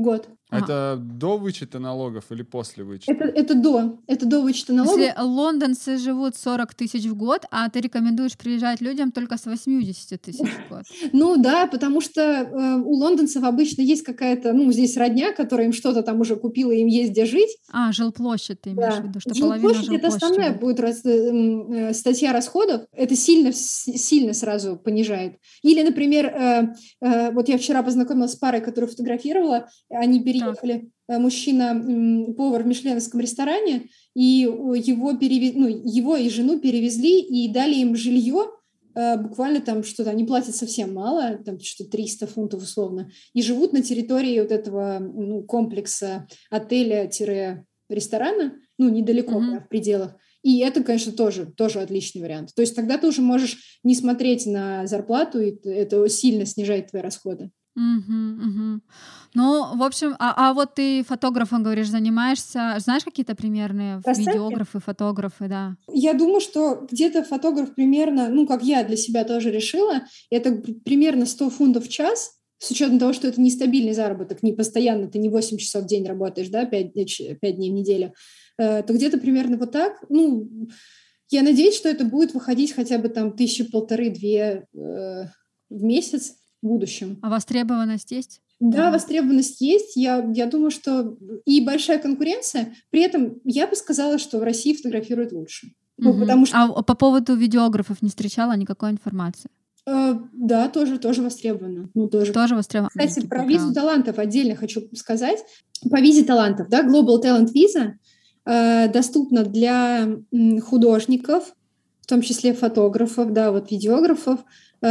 Ага. Это до вычета налогов или после вычета? Это, это до, это до вычета налогов. Если лондонцы живут сорок тысяч в год, а ты рекомендуешь приезжать людям только с восемьдесят тысяч в год. Ну да, потому что э, у лондонцев обычно есть какая-то, ну, здесь родня, которая им что-то там уже купила, им есть где жить. А, жилплощадь ты имеешь Да. в виду, что половина Жилплощадь — это основная будет. будет раз- э, статья расходов. Это сильно, с- сильно сразу понижает. Или, например, э, э, вот я вчера познакомилась с парой, которую фотографировала. Они переехали, э, мужчина, м, повар в мишленовском ресторане, и его, перевез... ну, его и жену перевезли и дали им жилье. Э, буквально там что-то, они платят совсем мало, там что-то триста фунтов условно, и живут на территории вот этого, ну, комплекса отеля-ресторана, ну, недалеко, Мгм. прям в пределах. И это, конечно, тоже, тоже отличный вариант. То есть тогда ты уже можешь не смотреть на зарплату, и т- это сильно снижает твои расходы. Мгм, мгм. Ну, в общем, а, а вот ты фотографом, говоришь, занимаешься. Знаешь какие-то примерные Расценки? видеографы, фотографы, да? Я думаю, что где-то фотограф примерно, ну, как я для себя тоже решила, это п- примерно сто фунтов в час, с учетом того, что это нестабильный заработок, не постоянно, ты не восемь часов в день работаешь, да, пять дней в неделю, э, то где-то примерно вот так. Ну, я надеюсь, что это будет выходить хотя бы там тысячи полторы-две э, в месяц в будущем. А востребованность есть? Да, Мгм. востребованность есть. Я, я думаю, что и большая конкуренция. При этом я бы сказала, что в России фотографируют лучше. Ну, Мгм. потому что, А по поводу видеографов не встречала никакой информации? э, да, тоже, тоже востребовано. Ну, тоже. Тоже востребовано? Кстати, Типа про визу прям. талантов отдельно хочу сказать. По визе талантов, да, Global Talent Visa э, доступна для м, художников, в том числе фотографов, да, вот видеографов, э,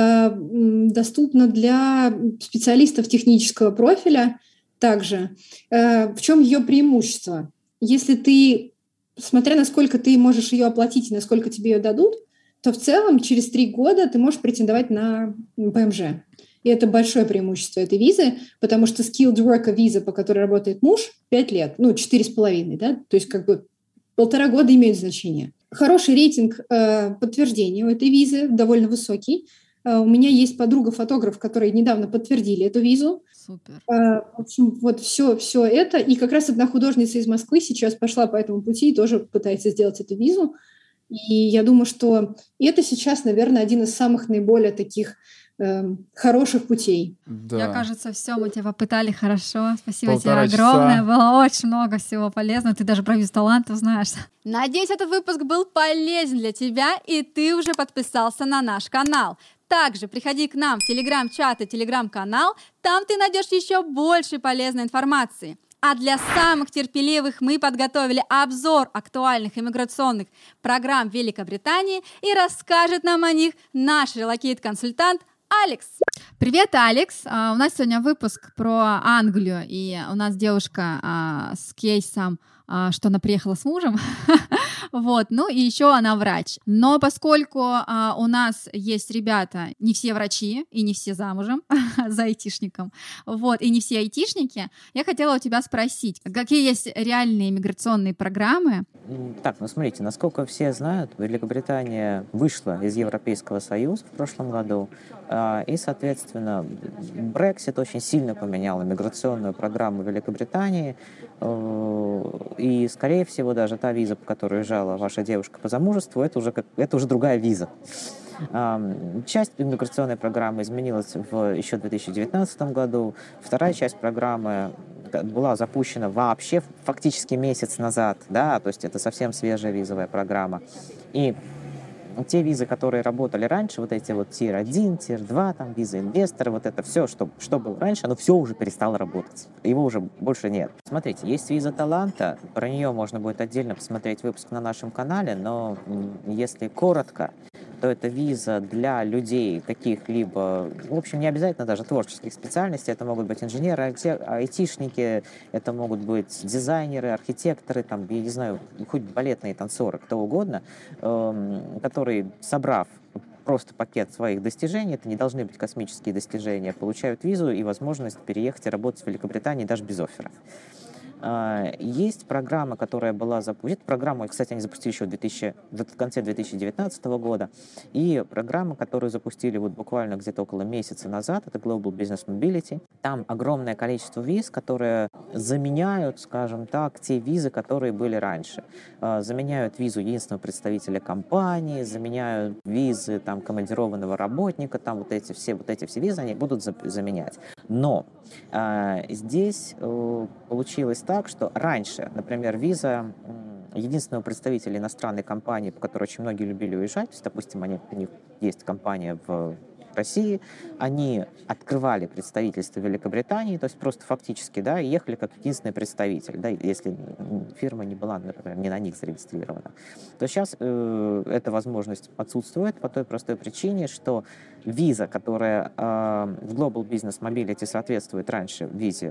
м, доступна для специалистов технического профиля также. Э, в чем ее преимущество? Если ты, смотря насколько ты можешь ее оплатить и насколько тебе ее дадут, то в целом через три года ты можешь претендовать на ПМЖ. И это большое преимущество этой визы, потому что skilled worker виза, по которой работает муж, пять лет, ну, четыре с половиной, да, то есть как бы полтора года имеют значение. Хороший рейтинг э, подтверждения у этой визы, довольно высокий. Э, у меня есть подруга-фотограф, которые недавно подтвердили эту визу. Супер. Э, в общем, вот все, все это. И как раз одна художница из Москвы сейчас пошла по этому пути и тоже пытается сделать эту визу. И я думаю, что это сейчас, наверное, один из самых наиболее таких эм, хороших путей. Да. Я, кажется, все, мы тебя попытали хорошо. Спасибо Полтора тебе огромное. часа. Было очень много всего полезного. Ты даже про виз талантов знаешь. Надеюсь, этот выпуск был полезен для тебя, и ты уже подписался на наш канал. Также приходи к нам в телеграм-чат и телеграм-канал. Там ты найдешь еще больше полезной информации. А для самых терпеливых мы подготовили обзор актуальных иммиграционных программ Великобритании, и расскажет нам о них наш релокейт-консультант Алекс. Привет, Алекс. А, у нас сегодня выпуск про Англию, и у нас девушка а, с кейсом, а, что она приехала с мужем. Вот, ну и еще она врач. Но поскольку а, у нас есть ребята, не все врачи и не все замужем за айтишником, вот, и не все айтишники, я хотела у тебя спросить, какие есть реальные миграционные программы? Так, ну смотрите, насколько все знают, Великобритания вышла из Европейского Союза в прошлом году, и, соответственно, Brexit очень сильно поменял миграционную программу Великобритании, и, скорее всего, даже та виза, по которой уезжала ваша девушка по замужеству, это уже, как, это уже другая виза. Часть иммиграционной программы изменилась в еще в две тысячи девятнадцатом году, вторая часть программы была запущена вообще фактически месяц назад, да, то есть это совсем свежая визовая программа. И те визы, которые работали раньше, вот эти вот тир один, тир два, там виза инвестора, вот это все, что, что было раньше, оно все уже перестало работать. Его уже больше нет. Смотрите, есть виза таланта, про нее можно будет отдельно посмотреть выпуск на нашем канале, но если коротко, то это виза для людей таких либо, в общем, не обязательно даже творческих специальностей, это могут быть инженеры, айтишники, это могут быть дизайнеры, архитекторы, там, я не знаю, хоть балетные танцоры, кто угодно, эм, которые, собрав просто пакет своих достижений, это не должны быть космические достижения, получают визу и возможность переехать и работать в Великобритании даже без оффера. А, Есть программа, которая была запущена. Программу, кстати, они запустили еще в, две тысячи, в конце две тысячи девятнадцатого года. И программа, которую запустили вот буквально где-то около месяца назад, это Global Business Mobility. Там огромное количество виз, которые заменяют, скажем так, те визы, которые были раньше. А, Заменяют визу единственного представителя компании, заменяют визы там, командированного работника, там вот эти все, вот эти все визы они будут за- заменять. Но а, здесь э, получилось так, что раньше, например, виза м, единственного представителя иностранной компании, по которой очень многие любили уезжать, то есть, допустим, они, у них есть компания в России, они открывали представительство в Великобритании, то есть просто фактически, да, ехали как единственный представитель, да, если фирма не была, например, не на них зарегистрирована. То сейчас э, эта возможность отсутствует по той простой причине, что виза, которая э, в Global Business Mobility соответствует раньше визе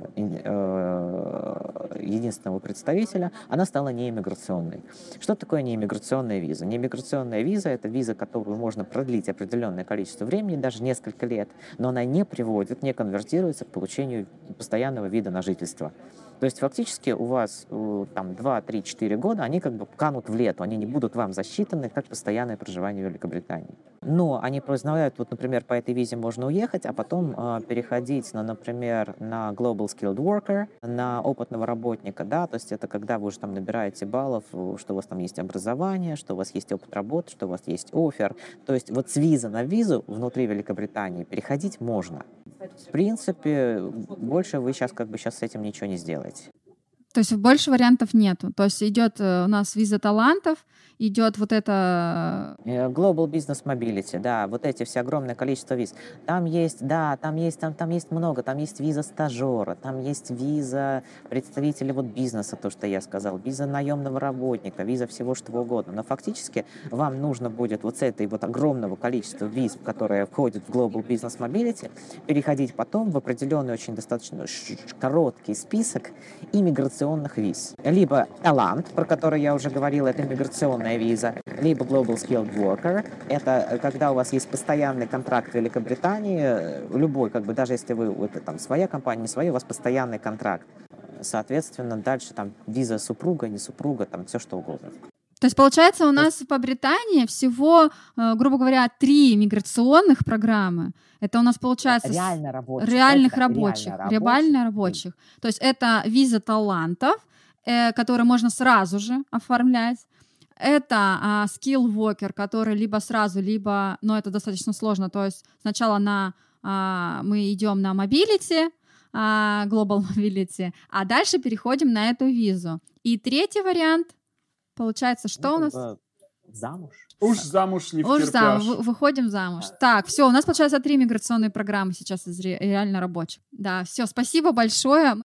э, единственного представителя, она стала неиммиграционной. Что такое неиммиграционная виза? Неиммиграционная виза — это виза, которую можно продлить определенное количество времени, даже несколько лет, но она не приводит, не конвертируется к получению постоянного вида на жительство. То есть фактически у вас э, там два, три, четыре года, они как бы канут в лету, они не будут вам засчитаны как постоянное проживание в Великобритании. Но они познавают, вот, например, по этой визе можно уехать, а потом э, переходить, на, например, на Global Skilled Worker, на опытного работника, да, то есть это когда вы уже там набираете баллов, что у вас там есть образование, что у вас есть опыт работы, что у вас есть оффер. То есть вот с визы на визу внутри Великобритании переходить можно. В принципе, больше вы сейчас как бы сейчас с этим ничего не сделаете. То есть больше вариантов нету. То есть идет э, у нас виза талантов, идет вот это... Э, Global Business Mobility, да, вот эти все огромное количество виз. Там есть, да, там есть, там, там есть много, там есть виза стажера, там есть виза представителя вот бизнеса, то, что я сказал, виза наемного работника, виза всего что угодно. Но фактически вам нужно будет вот с этой вот огромного количества виз, которые входят в Global Business Mobility, переходить потом в определенный очень достаточно короткий список иммиграционных виз. Либо талант, про который я уже говорила, это миграционная виза, либо Global Skilled Worker, это когда у вас есть постоянный контракт в Великобритании, любой, как бы даже если вы, это там своя компания, не своя, у вас постоянный контракт. Соответственно, дальше там виза супруга, не супруга, там все что угодно. То есть, получается, у нас по Британии всего, э, грубо говоря, три миграционных программы. Это у нас получается... Реально рабочих. Реальных это рабочих. Реально Реально рабочих. То есть это виза талантов, э, которые можно сразу же оформлять. Это а, skill worker, который либо сразу, либо... Но это достаточно сложно. То есть сначала на, а, мы идем на mobility, а, global mobility, а дальше переходим на эту визу. И третий вариант... Получается, что ну, у нас? Замуж. Уж замуж не Уж втерпяшь. замуж, вы- выходим замуж. Так, все, у нас получается три миграционные программы сейчас из ре- реально рабочих. Да, все, спасибо большое.